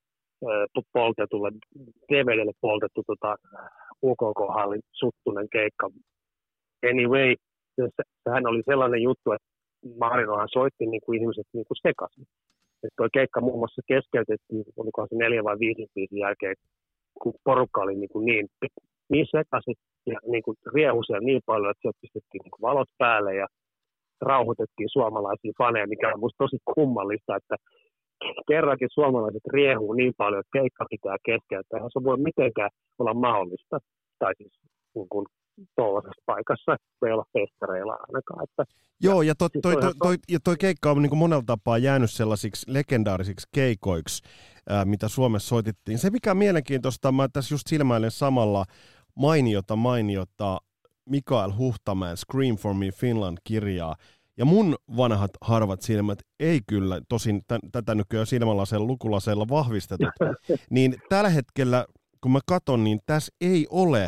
poltetulle, D V D:lle poltettu tota, U K K-hallin suttunen keikka. Anyway, sehän oli sellainen juttu, että Marinohan soitti niin kuin ihmiset niin kuin sekaisin. Että tuo keikka muun muassa keskeytettiin, olikohan se neljä vai viisi biisin jälkeen, kun porukka oli niin, kuin niin, niin sekaisin ja niin kuin riehuisia niin paljon, että sieltä pistettiin niin kuin valot päälle ja rauhoitettiin suomalaisia faneja, mikä on musta tosi kummallista, että kerrankin suomalaiset riehuu niin paljon, että keikka pitää keskeyttää. Eihän se voi mitenkään olla mahdollista, tai siis niin kuin tuollaisessa paikassa, ei olla festareilla ainakaan. Että, joo, ja, to, toi, toi, toi, toi, ja toi keikka on niin kuin monella tapaa jäänyt sellaisiksi legendaarisiksi keikoiksi, ää, mitä Suomessa soitettiin. Se, mikä on mielenkiintoista, mä tässä just silmäilen samalla mainiota, mainiota, Mikael Huhtamäen Scream for Me Finland-kirjaa. Ja mun vanhat harvat silmät ei kyllä, tosin t- tätä nykyään silmälaseilla lukulaseilla vahvistetut, niin tällä hetkellä, kun mä katson, niin tässä ei ole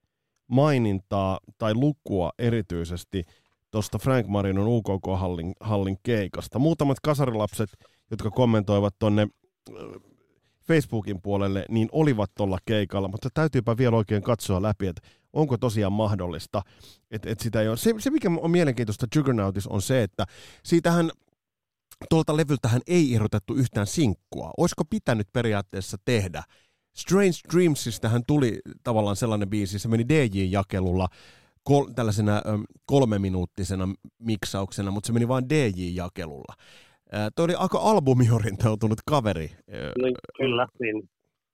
mainintaa tai lukua erityisesti tuosta Frank Marinon U K K-hallin hallin keikasta. Muutamat kasarilapset, jotka kommentoivat tonne Facebookin puolelle, niin olivat tuolla keikalla, mutta täytyypä vielä oikein katsoa läpi, että onko tosiaan mahdollista, että, että sitä ei ole. Se, se, mikä on mielenkiintoista Juggernautissa, on se, että siitähän tuolta levyltähän ei irrotettu yhtään sinkkua. Olisiko pitänyt periaatteessa tehdä? Strange Dreamsistähän tuli tavallaan sellainen biisi, se meni D J-jakelulla kol, tällaisena ö, kolmeminuuttisena miksauksena, mutta se meni vain D J-jakelulla. Äh, Tuo oli aika albumiorientautunut kaveri. Niin, kyllä, niin.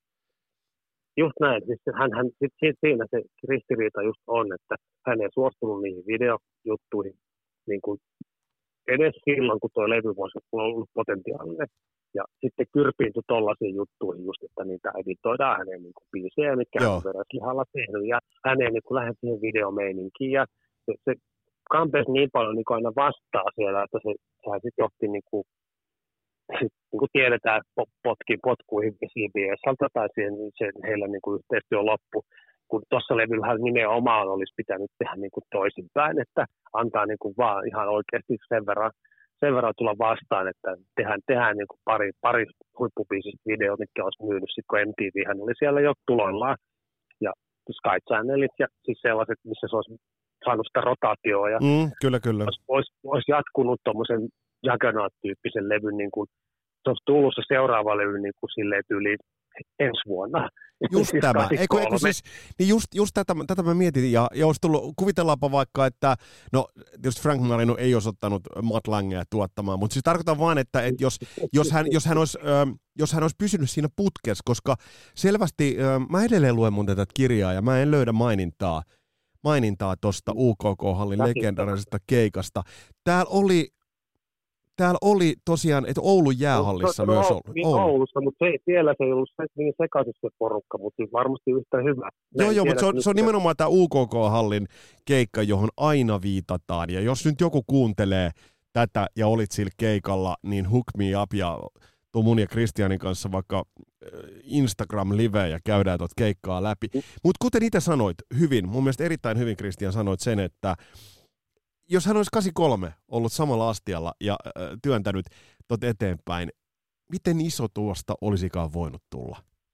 Just näin. Siis hän, hän, sit, sit siinä se ristiriita just on, että hän ei suostunut niihin videojuttuihin niin kuin edes silloin, kun tuo levy voisi olla ollut potentiaalinen. Ja sitten kyrpiintyi tollaisiin juttuihin just, että niitä editoidaan hänen niin kuin biisejä, mitkä hän on vereslihalla tehnyt. Ja hän ei niin kuin lähde siihen videomeininkiin. Ja se, se kampesi niin paljon niin kuin aina vastaa siellä, että se, sehän sitten johti, niin kuin, niin kuin tiedetään, potki, potkuihin C B S:ltä tai siihen, niin se, heillä niin kuin yhteistyö loppu. Kun tuossa levyllähän nimenomaan olisi pitänyt tehdä niin kuin toisinpäin, että antaa niin kuin vaan ihan oikeasti sen verran, sen verran tulla vastaan, että tehdään, tehdään niin kuin pari, pari huippubiisistä videota, mitkä olisi myynyt, sit kun M T V:hän oli siellä jo tuloillaan, ja Sky Channelit, ja siis sellaiset, missä se olisi saanut sitä rotaatioa, ja mm, kyllä, kyllä. Olisi, olisi, olisi jatkunut tuommoisen Juggernaut-tyyppisen levyn, niin kuin, se olisi tullut se seuraava levy niin kuin silleen tyyliin ensi vuonna. Just siis tämä. Eikö, eikö siis, niin just, just tätä, tätä mä mietin, ja, ja olisi tullut, kuvitellaanpa vaikka, että, no tietysti Frank Marino ei olisi ottanut Matt Langea tuottamaan, mutta siis tarkoitan vaan, että, että jos, jos, hän, jos, hän olisi, äh, jos hän olisi pysynyt siinä putkessa, koska selvästi, äh, mä edelleen luen mun tätä kirjaa, ja mä en löydä mainintaa, mainintaa tuosta U K K-hallin legendaarisesta keikasta. Täällä oli, Täällä oli tosiaan, että Oulun jäähallissa no, myös ollut. Niin Oulu. Oulussa, mutta se, siellä se ei ollut niin sekaisin se porukka, mutta siis varmasti yhtä hyvä. Joo, joo, tiedä, mutta se on, se on nimenomaan tämä U K K-hallin keikka, johon aina viitataan. Ja jos nyt joku kuuntelee tätä ja olit sillä keikalla, niin hook me up ja tuu mun ja Kristianin kanssa vaikka Instagram-live ja käydään tuota keikkaa läpi. Mm. Mutta kuten itse sanoit hyvin, mun mielestä erittäin hyvin Kristian sanoit sen, että jos hän olisi kahdeksankymmentäkolme ollut samalla astialla ja äh, työntänyt tot eteenpäin, miten iso tuosta olisikaan voinut tulla?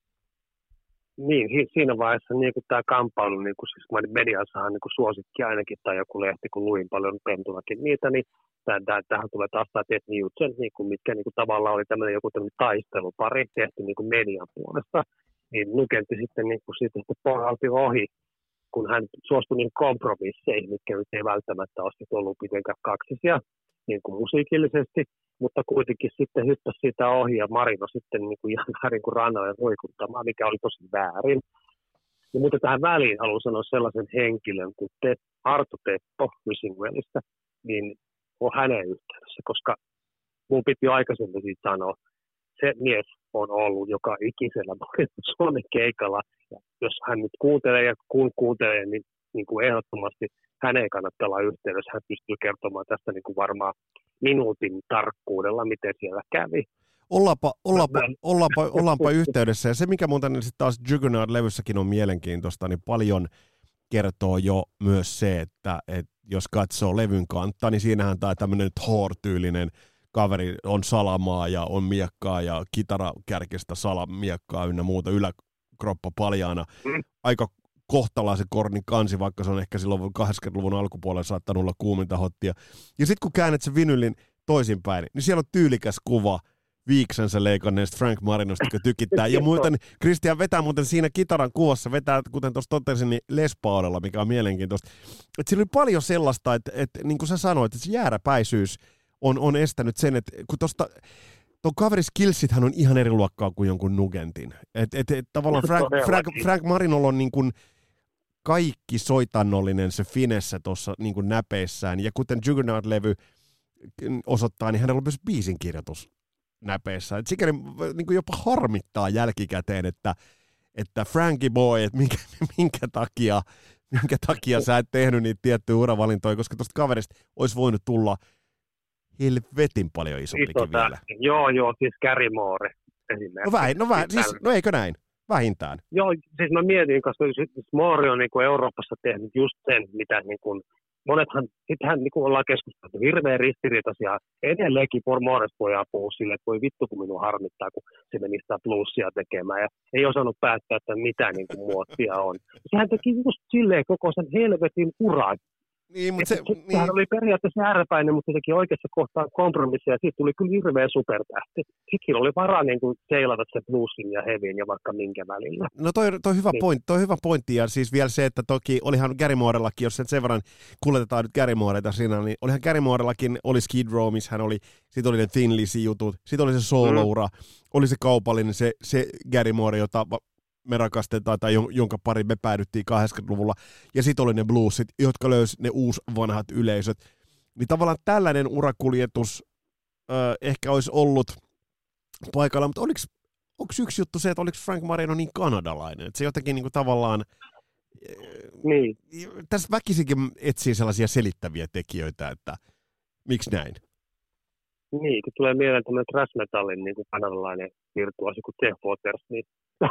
Niin, siinä vaiheessa niin kuin tämä kamppailu, niin kuin siis mediassahan niin kuin suosikki ainakin, tai joku lehti, kun luin paljon pentunakin niitä, niin tähän tulee taas tämä Ted Nugent, niin kuin, mitkä niin kuin tavallaan oli tämmöinen joku tämmöinen taistelupari tehty niin kuin median puolesta, niin Nugentti sitten niin kuin siitä sitten porhalti ohi, kun hän suostui niin kompromisseihin, mitkä nyt ei välttämättä olisi ollut mitenkään kaksisia niin kuin musiikillisesti, mutta kuitenkin sitten hyppäsi siitä ohi ja Marino sitten niin kuin ihan väärin kuin rannalle roikuttamaan, mikä oli tosi väärin. Ja mutta tähän väliin haluan sanoa sellaisen henkilön kuin Te, Arto Teppo Missingwellistä, niin on hänen yhteydessä, koska mun piti jo aikaisemmin siitä sanoa, se mies on ollut joka ikisellä Suomen keikalla. Ja jos hän nyt kuuntelee ja kun kuuntelee, niin, niin kuin ehdottomasti hänen kannattaa olla yhteydessä. Hän pystyy kertomaan tästä niin kuin varmaan minuutin tarkkuudella, miten siellä kävi. Ollaanpa, ollaanpa, ollaanpa, ollaanpa yhteydessä. Ja se, mikä muuten sitten taas Juggernaut-levyssäkin on mielenkiintoista, niin paljon kertoo jo myös se, että, että jos katsoo levyn kantta, niin siinähän tämä tämmöinen Thor-tyylinen kaveri on salamaa ja on miekkaa ja kitarakärkistä salamiekkaa ynnä muuta yläkroppa paljaana. Mm. Aika kohtalaisen kornin kansi, vaikka se on ehkä silloin kahdeksankymmentäluvun alkupuolella saattanut olla kuuminta hottia. Ja sitten kun käännät sen vinylin toisinpäin, niin siellä on tyylikäs kuva viiksensä leikanneesta Frank Marinosta, joka tykittää. Ja muuten Kristian vetää muuten siinä kitaran kuvassa, vetää, kuten tuossa totesin, niin Les Paulilla, mikä on mielenkiintoista. Että siinä oli paljon sellaista, että, että niin kuin sä sanoit, että se jääräpäisyys on, on estänyt sen, että kun tuosta tuon kaverin skillsithän on ihan eri luokkaa kuin jonkun Nugentin. Että et, et, tavallaan Frank, Frank, Frank Marinolla on niin kuin kaikki soitannollinen se finesse tuossa niin kuin näpeissään. Ja kuten Juggernaut-levy osoittaa, niin hänellä on myös biisinkirjoitus näpeissä. Et sikäli niin kuin jopa harmittaa jälkikäteen, että, että Frankie boy, että minkä, minkä, takia, minkä takia sä et tehnyt niitä tiettyjä uravalintoja, koska tuosta kaverista olisi voinut tulla helvetin paljon isompikin Iso vielä. Joo, joo, siis Gary Moore esimerkiksi. No, vähin, no, vähin, siis, no eikö näin? Vähintään. Joo, siis mä mietin, koska Moore on niin kuin Euroopassa tehnyt just sen, mitä niin kuin monethan, sittenhän niin kuin ollaan keskusteltu, hirveän ristiriitaisia. Edelleenkin Paul Morris pojaa puhuu silleen, että voi vittu kun minua harmittaa, kun se meni sitä bluesia tekemään ja ei osannut päättää, että mitä niin kuin muottia on. Sehän teki just silleen koko sen helvetin uran. Niin, mutta se, Sehän niin. oli periaatteessa ääräpäinen, mutta se teki oikeassa kohtaa kompromissia ja siitä tuli kyllä hirveä supertähti. Sitten oli varaa niin kuin seilata se bluesin ja heavyin ja vaikka minkä välillä. No toi, toi, hyvä niin. point, toi hyvä pointti, ja siis vielä se, että toki olihan Gary Moorellakin, jos sen verran kuljetetaan nyt Gary Mooreta siinä, niin olihan Gary Moorellakin, oli Skid Row, missä hän oli, sit oli ne Thin Lizzy-jutut, sit oli se solo-ura, mm. oli se kaupallinen, se, se Gary Moore, jota me rakastetaan, tai jonka pari me päädyttiin kahdeksankymmentäluvulla, ja sitten oli ne bluesit, jotka löysi ne uus vanhat yleisöt. Niin tavallaan tällainen urakuljetus ö, ehkä olisi ollut paikalla, mutta oliko onko yksi juttu se, että oliko Frank Marino niin kanadalainen, että se jotenkin niin kuin tavallaan niin. tässä väkisinkin etsii sellaisia selittäviä tekijöitä, että miksi näin? Niin, kun tulee mieleen tämmöinen thrash metallin niin kuin kanadalainen virtuosi kuin Jeff Waters, niin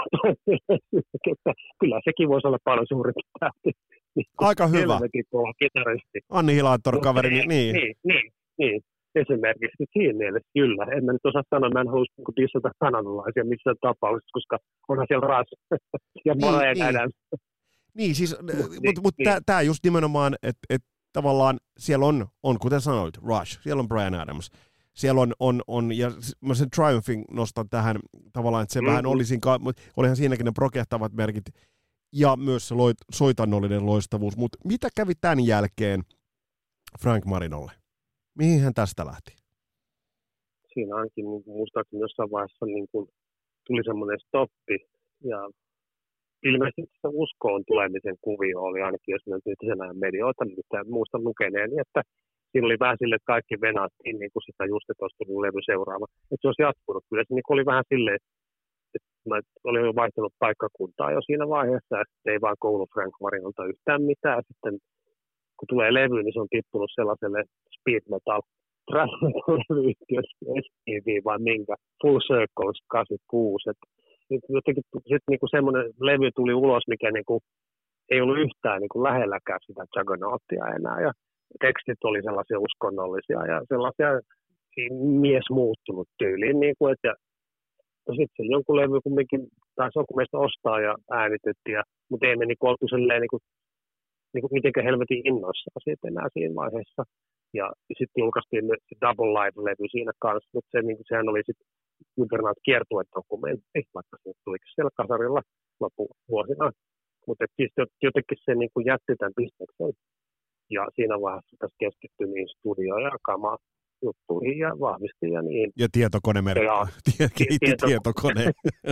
kyllä sekin voisi olla paljon suurempi tähti. Niin, aika hyvä. Kova kitaristi. Anni Hilantor kaveri, niin, niin. Niin, niin, niin. Esimerkiksi siinä mielessä kyllä. En mä nyt osaa sanoa, mä en halua niin dissata kanadalaisia missään tapauksessa, koska onhan siellä Ras ja Mariah niin, Adams. Niin, niin siis, niin, mutta mut niin. tämä just nimenomaan, että et, tavallaan siellä on, on, kuten sanoit, Rush, siellä on Bryan Adams, siellä on, on, on ja mä sen Triumphing nostan tähän tavallaan, että se mm-hmm. vähän olisin, mutta olihan siinäkin ne prokehtavat merkit, ja myös se loit, soitannollinen loistavuus, mutta mitä kävi tämän jälkeen Frank Marinolle? Mihin hän tästä lähti? Siinä ainakin niin muistaakseni jossain vaiheessa niin kuin tuli semmoinen stoppi, ja ilmeisesti se uskoon tulemisen kuvio oli ainakin, jos nyt sen ajan medioita, mitä muistan lukeneeni, että siinä oli vähän sille, että kaikki venattiin niin kuin sitä just, että olisi tullut levy seuraava. Että se olisi jatkunut. Kyllä se niin oli vähän silleen, että mä olin jo vaihtanut paikkakuntaa jo siinä vaiheessa, että ei vaan koulu Frank Marinolta yhtään mitään. Sitten kun tulee levy, niin se on tippunut sellaiselle speed metal thrash metal-levyyhtiössä S P V vai minkä, Full Circles kahdeksankymmentäkuusi. Että jotenkin sitten niinku semmoinen levy tuli ulos, mikä niinku ei ollut yhtään niinku lähelläkään sitä Juggernauttia enää. Ja tekstit oli sellaisia uskonnollisia ja sellaisia mies muuttunut tyyliin. Niinku, et, ja sitten jonkun levy kumminkin taisi jonkun meistä ostaa ja äänitettiin, ja, mutta ei me niinku oltu silleen niinku, niinku mitenkään helvetin innoissaan siitä enää siinä vaiheessa. Ja sitten julkaistiin se Double Live-levy siinä kanssa, mutta se, niin sehän oli sitten Juggernaut kiertuedokumentti, vaikka se tuliko siellä kasarilla loppuvuosina. Mutta siis jotenkin se niin kuin jätti tämän bisneksen. Ja siinä vaiheessa tässä keskittyi niin studioon ja kamaa juttuihin ja vahvisti ja niin. Ja tietokonemerkki. Ja, kehitti tieto... tietokone.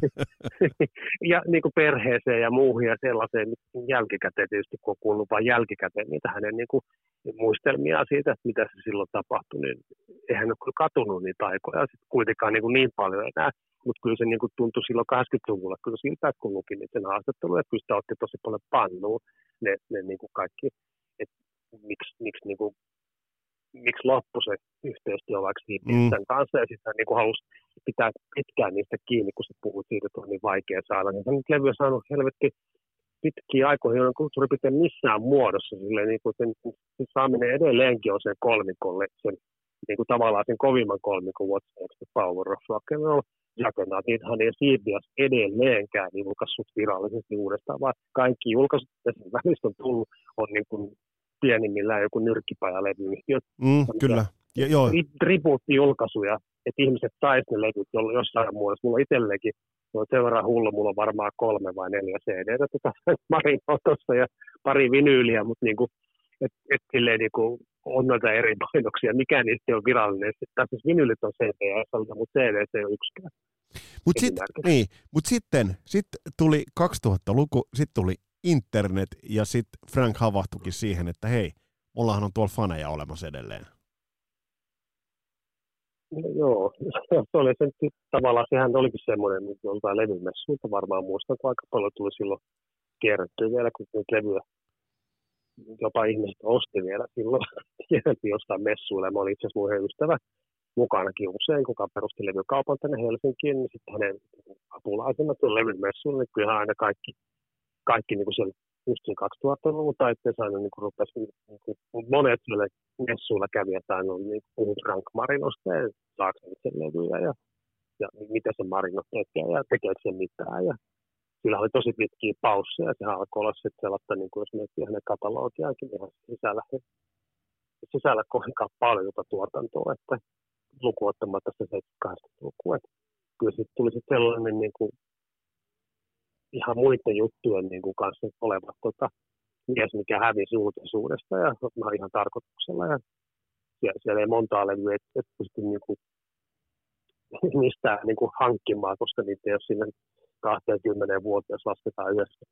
ja niin kuin perheeseen ja muuhun ja sellaiseen jälkikäteen tietysti, kun on kuullut vain jälkikäteen niitä hänen niin kuin muistelmia siitä, että mitä se silloin tapahtui, niin eihän ole kyllä katunut niitä aikoja sit kuitenkaan niin, kuin niin paljon enää. Mutta kyllä se niin kuin tuntui silloin kahdeksankymmentäluvulla kyllä siltä, että kun luki niiden haastatteluja, että kyllä sitä otti tosi paljon pannuun ne, ne niin kuin kaikki, että miksi, miksi, niin kuin, miksi loppui se yhteistyö vaikka Hiipisten mm. kanssa, ja sitten hän niin kuin halusi pitää pitkään niistä kiinni, kun se puhuu siitä, että on niin vaikea saada. Niin hän nyt levy on saanut helvetti pitkiä aikoihin, on kulttuuripiteen missään muodossa, silleen, niin kuin sen, sen saaminen edelleenkin on sen kolmikolle, sen niin kuin tavallaan sen kovimman kolmikon What's Next, Power of Rock and Roll, Juggernaut, niitähän ei Siipias edelleenkään julkaissut virallisesti uudestaan, vaan kaikki julkaisut, mitä sen välistä on tullut, on niin kuin pienimmillään joku nyrkkipajalevyyhtiö. Mm, kyllä. Ja, joo. Tribuuttijulkaisuja, että ihmiset sais ne levyt jossain muodossa. Mulla itsellekin on sen verran hullu, mulla on varmaan kolme vai neljä C D:tä tuossa Marinotossa ja pari vinyyliä, mutta niinku, et, et silleen niinku on noita eri painoksia. Mikään niistä ei ole virallinen. Tässä vinyylit on C D S, mutta C D ei ole yksikään. Mutta sit, niin, mut sitten sit tuli kaksituhattaluku, sitten tuli internet ja sitten Frank havahtuikin siihen, että hei, mullahan on tuolla faneja olemassa edelleen. No, joo, se oli se tavallaan, sehän olikin semmoinen, että joltain levymessuilta varmaan muistan, kun aika paljon tuli silloin kierrettyä vielä, kun niitä levyjä jopa ihmiset osti vielä silloin, kierrettiin jostain messuilla. Mä olin itse asiassa mun ystävä mukanakin usein, kuka perusti levykaupan tänne Helsinkiin, niin sitten hänen apulaisena tuon levymessuilla, niin kyllähän aina kaikki, kaikki niin kuin siellä just siinä kaksituhattaluvun taitteessa aina niin rupesi, niin monet sille messuilla kävijät aina niin puhut Frank Marinosta ja saako sen levyjä ja, ja mitä se Marino tekee ja tekeekö se mitään. Ja sillä oli tosi pitkiä pausseja ja sehän alkoi olla sitten sellaista, niin kuin jos miettii hänen katalogiaankin, niin sisällä, sisällä kovinkaan paljon tuotantoa, että lukuottamatta sitä seitsemänkymmentä-kahdeksankymmentälukua. Kyllä sitten tuli sitten sellainen niin kuin, ihan muiden juttujen niin kuin kanssa oleva tota, mies, mikä hävisi julkisuudesta ja ihan tarkoituksella. Ja siellä, siellä ei montaa levyä, että et pysty niin kuin, mistään niin kuin hankkimaan, koska niitä ei ole siinä kaksikymmentä vuotta, jos lasketaan yhdessä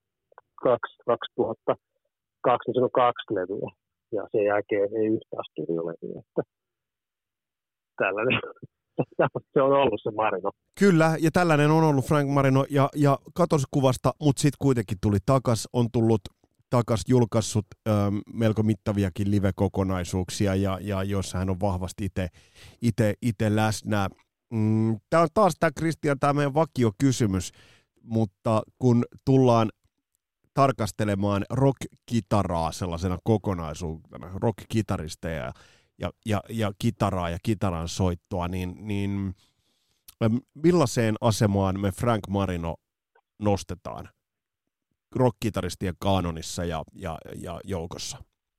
kaksituhattakaksi, niin se on kaksi levyä. Ja sen jälkeen ei yhtään studiolevyä. Että tällainen. Se on ollut se Marino. Kyllä, ja tällainen on ollut Frank Marino, ja, ja katosi kuvasta, mutta sitten kuitenkin tuli takas, on tullut takas julkaissut ähm, melko mittaviakin live-kokonaisuuksia, ja, ja joissa hän on vahvasti itse läsnä. Mm, tämä on taas tämä Kristian, tämä meidän vakiokysymys, mutta kun tullaan tarkastelemaan rock-kitaraa sellaisena kokonaisuutena, rock-kitaristeja, Ja, ja, ja kitaraa ja kitaran soittoa, niin, niin millaiseen asemaan me Frank Marino nostetaan rock-kitaristien kaanonissa ja, ja, ja joukossa?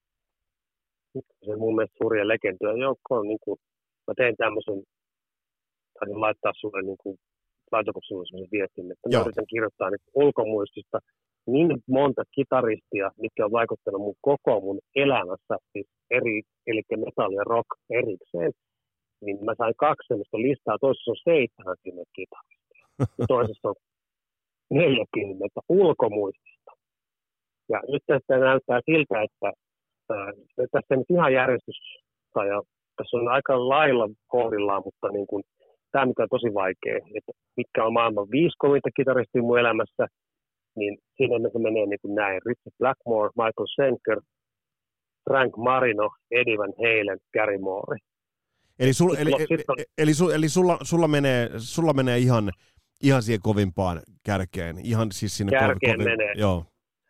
Se mun mielestä suuria legendoja joukko on, niin kuin, mä tein tämmöisen, taisin laittaa sulle, niin kuin, laitako sulle sellaisen viestin, että mä yritän kirjoittaa niin ulkomuistista niin monta kitaristia, mitkä on vaikuttanut mun koko mun elämässä, siis eri, eli metalli ja rock erikseen, niin mä sain kaksi sellaista listaa. Toisessa on seitsemänkymmentä kitaristia ja toisessa on neljäkymmentä ulkomuistista. Ja nyt tästä näyttää siltä, että ää, tässä nyt ihan järjestys, tai tässä on aika lailla kohdillaan, mutta niin kuin, tämä mikä on tosi vaikea, että mitkä on maailman viisi kovinta kitaristia mun elämässä, niin siinä se menee niin kuin näin. Richard Blackmore, Michael Schenker, Frank Marino, Eddie Van Halen, Gary Moore. Eli, sul, eli, eli, eli, sul, eli sulla, sulla, menee, sulla menee ihan, ihan siihen kovimpaan kärkeen. Ihan siis sinne kärkeen kovin, menee. Joo.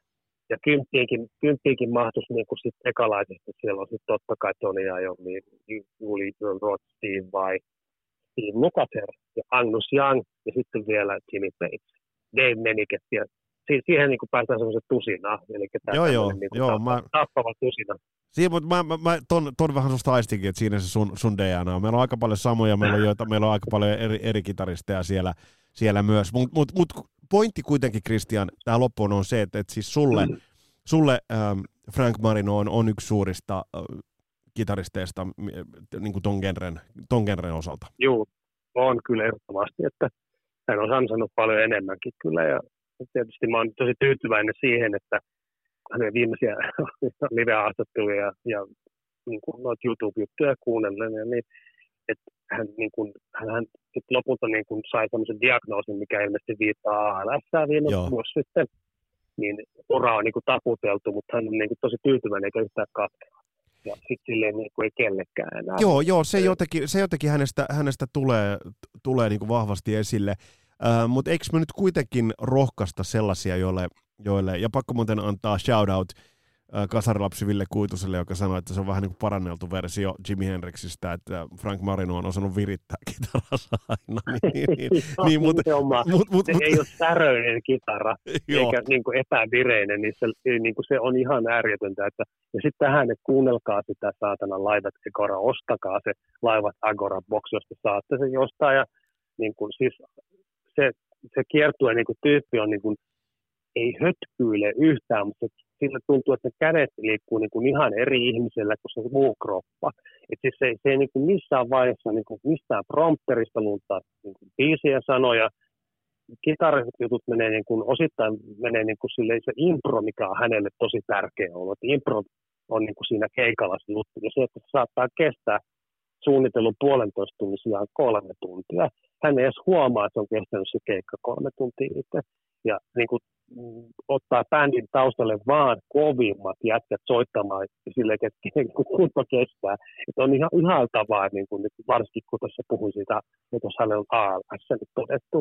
Ja kymppiinkin, kymppiinkin mahtuisi niin kuin sit ekalaisesti. Siellä on sitten totta kai Tony Iommi, Julie Roth, Steve Vai, Steve Lukather ja Angus Young ja sitten vielä Jimmy Page, Dave Meniket ja siihen niin kuin päästään semmoisen tusinaan, eli tämä joo, joo, niin joo, tappava, mä, tappava tusina. Siinä, mutta mä, mä, mä ton, ton vähän susta aistinkin, että siinä se sun, sun D N A on. Meillä on aika paljon samoja, meillä on, joita, meillä on aika paljon eri, eri kitaristeja siellä, siellä myös. Mutta mut, mut pointti kuitenkin, Kristian, tähän loppuun on se, että, että siis sulle, mm. sulle ähm, Frank Marino on, on yksi suurista äh, kitaristeista niin kuin ton genren, ton genren osalta. Joo, on kyllä ehdottomasti, että hän on ansainnut paljon enemmänkin kyllä, ja tietysti mä oon tosi tyytyväinen siihen, että hänen viimeisiä live-haastatteluja ja, ja niin kuin noita YouTube-juttuja kuunnellen, ja niin, että hän, niin kuin, hän, hän lopulta niin kuin sai sellaisen diagnoosin, mikä ilmeisesti viittaa A L S viime vuosi sitten, niin ura on niin kuin taputeltu, mutta hän on niin kuin tosi tyytyväinen eikä yhtään katkella. Ja sitten silleen niin kuin ei kellekään enää. Joo, joo se, jotenkin, se jotenkin hänestä, hänestä tulee, tulee niin kuin vahvasti esille. Uh, mutta eikö me nyt kuitenkin rohkaista sellaisia, joille, joille ja pakko muuten antaa shoutout uh, kasarilapsi Ville Kuituselle, joka sanoi, että se on vähän niin kuin paranneltu versio Jimi Hendrixistä, että Frank Marino on osannut virittää kitaransa aina. niin, niin, niin, mut, mut, mut, se mut, ei ole säröinen kitara, eikä niin kuin epävireinen, niin se, niin kuin se on ihan ääriötöntä. Että, ja sitten tähän, että kuunnelkaa sitä saatana Laivat Agora, ostakaa se Laivat Agora box, josta saatte sen jostain. Ja, niin kuin, siis, Se, se kiertue niin kuin tyyppi on, niin kuin, ei hötkyile yhtään, mutta sillä tuntuu, että ne kädet liikkuu niin kuin ihan eri ihmisellä kuin se muu kroppa. Et siis se, se ei niin kuin missään vaiheessa niin kuin mistään prompterista luuttaa niin kuin biisiä sanoja. Kitariset jutut menee niin kuin, osittain menee niin kuin silleen, se impro, mikä on hänelle tosi tärkeä ollut. Et impro on niin kuin siinä keikalla se juttu. Ja se, että se saattaa kestää suunnitellun puolentoista tunnin sijaan kolme tuntia. Hän ei edes huomaa, että on kestänyt se keikka kolme tuntia itse. Ja niin kuin, mm, ottaa bändin taustalle vaan kovimmat jätkät soittamaan silleen, että kunto kestää. Että on ihan ihaltavaa, niin kuin nyt, varsinkin kun tuossa puhuin siitä, että jos hänellä on A L S nyt todettu,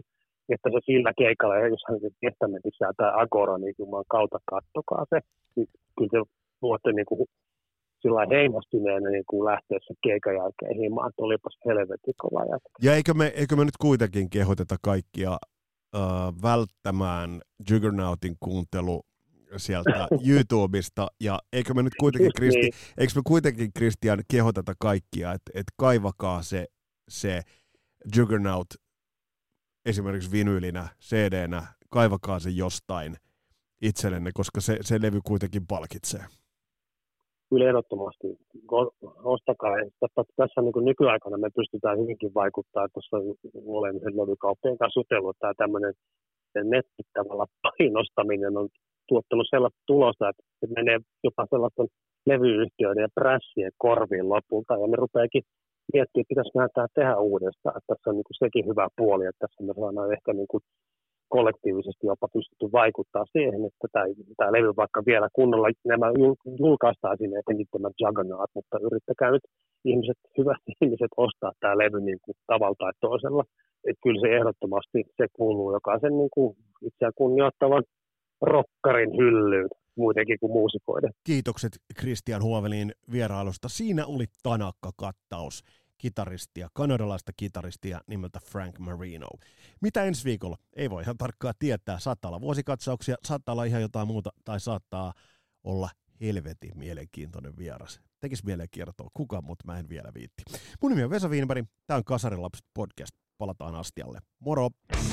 että se sillä keikalla, jos hän testamentissa tämä Agora, niin Jumalan kautta kattokaa se, niin kyllä se voitte niin kuin sillä heimastuneenä niin kuin lähteessä keikan jälkeen himaan, että olipas helvetin kova jätkä. Ja eikö me, eikö me nyt kuitenkin kehoteta kaikkia äh, välttämään Juggernautin kuuntelu sieltä YouTubesta, ja eikö me nyt kuitenkin, Kristi, niin. eikö me kuitenkin Kristian kehoteta kaikkia, että et kaivakaa se, se Juggernaut esimerkiksi vinyylinä, C D-nä, kaivakaa se jostain itsellenne, koska se, se levy kuitenkin palkitsee. Kyllä ehdottomasti. Ostakaa. Tässä niin kuin nykyaikana me pystytään hyvinkin vaikuttamaan, että tuossa olen sen levykauppien kanssa jutellut, että tämmöinen nettittävällä painostaminen on tuottanut sellaista tulosta, että se menee jopa sellaisten levyyhtiöiden ja prässien korviin lopulta, ja me rupeakin miettimään, että pitäisi näyttää tehdä uudestaan. Että tässä on niin kuin sekin hyvä puoli, että tässä me saadaan ehkä niin kuin kollektiivisesti jopa pystytty vaikuttaa siihen, että tämä, tämä levy vaikka vielä kunnolla nämä julkaistaan sinne, etenkin tämä Juggernaut, mutta yrittäkää nyt ihmiset, hyvät ihmiset ostaa tämä levy niin kuin tavalla tai toisella. Että kyllä se ehdottomasti se kuuluu jokaisen niin kuin itseään kunnioittavan rockarin hyllyyn muutenkin kuin muusikoiden. Kiitokset Kristian Huovelin vierailusta. Siinä oli tanakka-kattaus kitaristia, kanadalaista kitaristia nimeltä Frank Marino. Mitä ensi viikolla? Ei voi ihan tarkkaan tietää. Saattaa olla vuosikatsauksia, saattaa olla ihan jotain muuta, tai saattaa olla helvetin mielenkiintoinen vieras. Tekis mieleen kertoa, kuka, mutta mä en vielä viitti. Mun nimi on Vesa Wienberg, tää on Kasarin lapset podcast. Palataan astialle. Moro!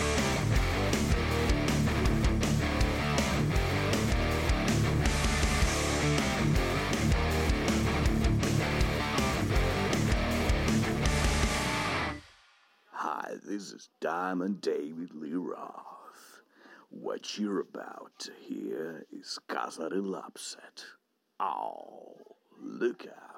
Hi, this is Diamond David Lee Roth. What you're about to hear is Kasarin lapset. Oh, look out.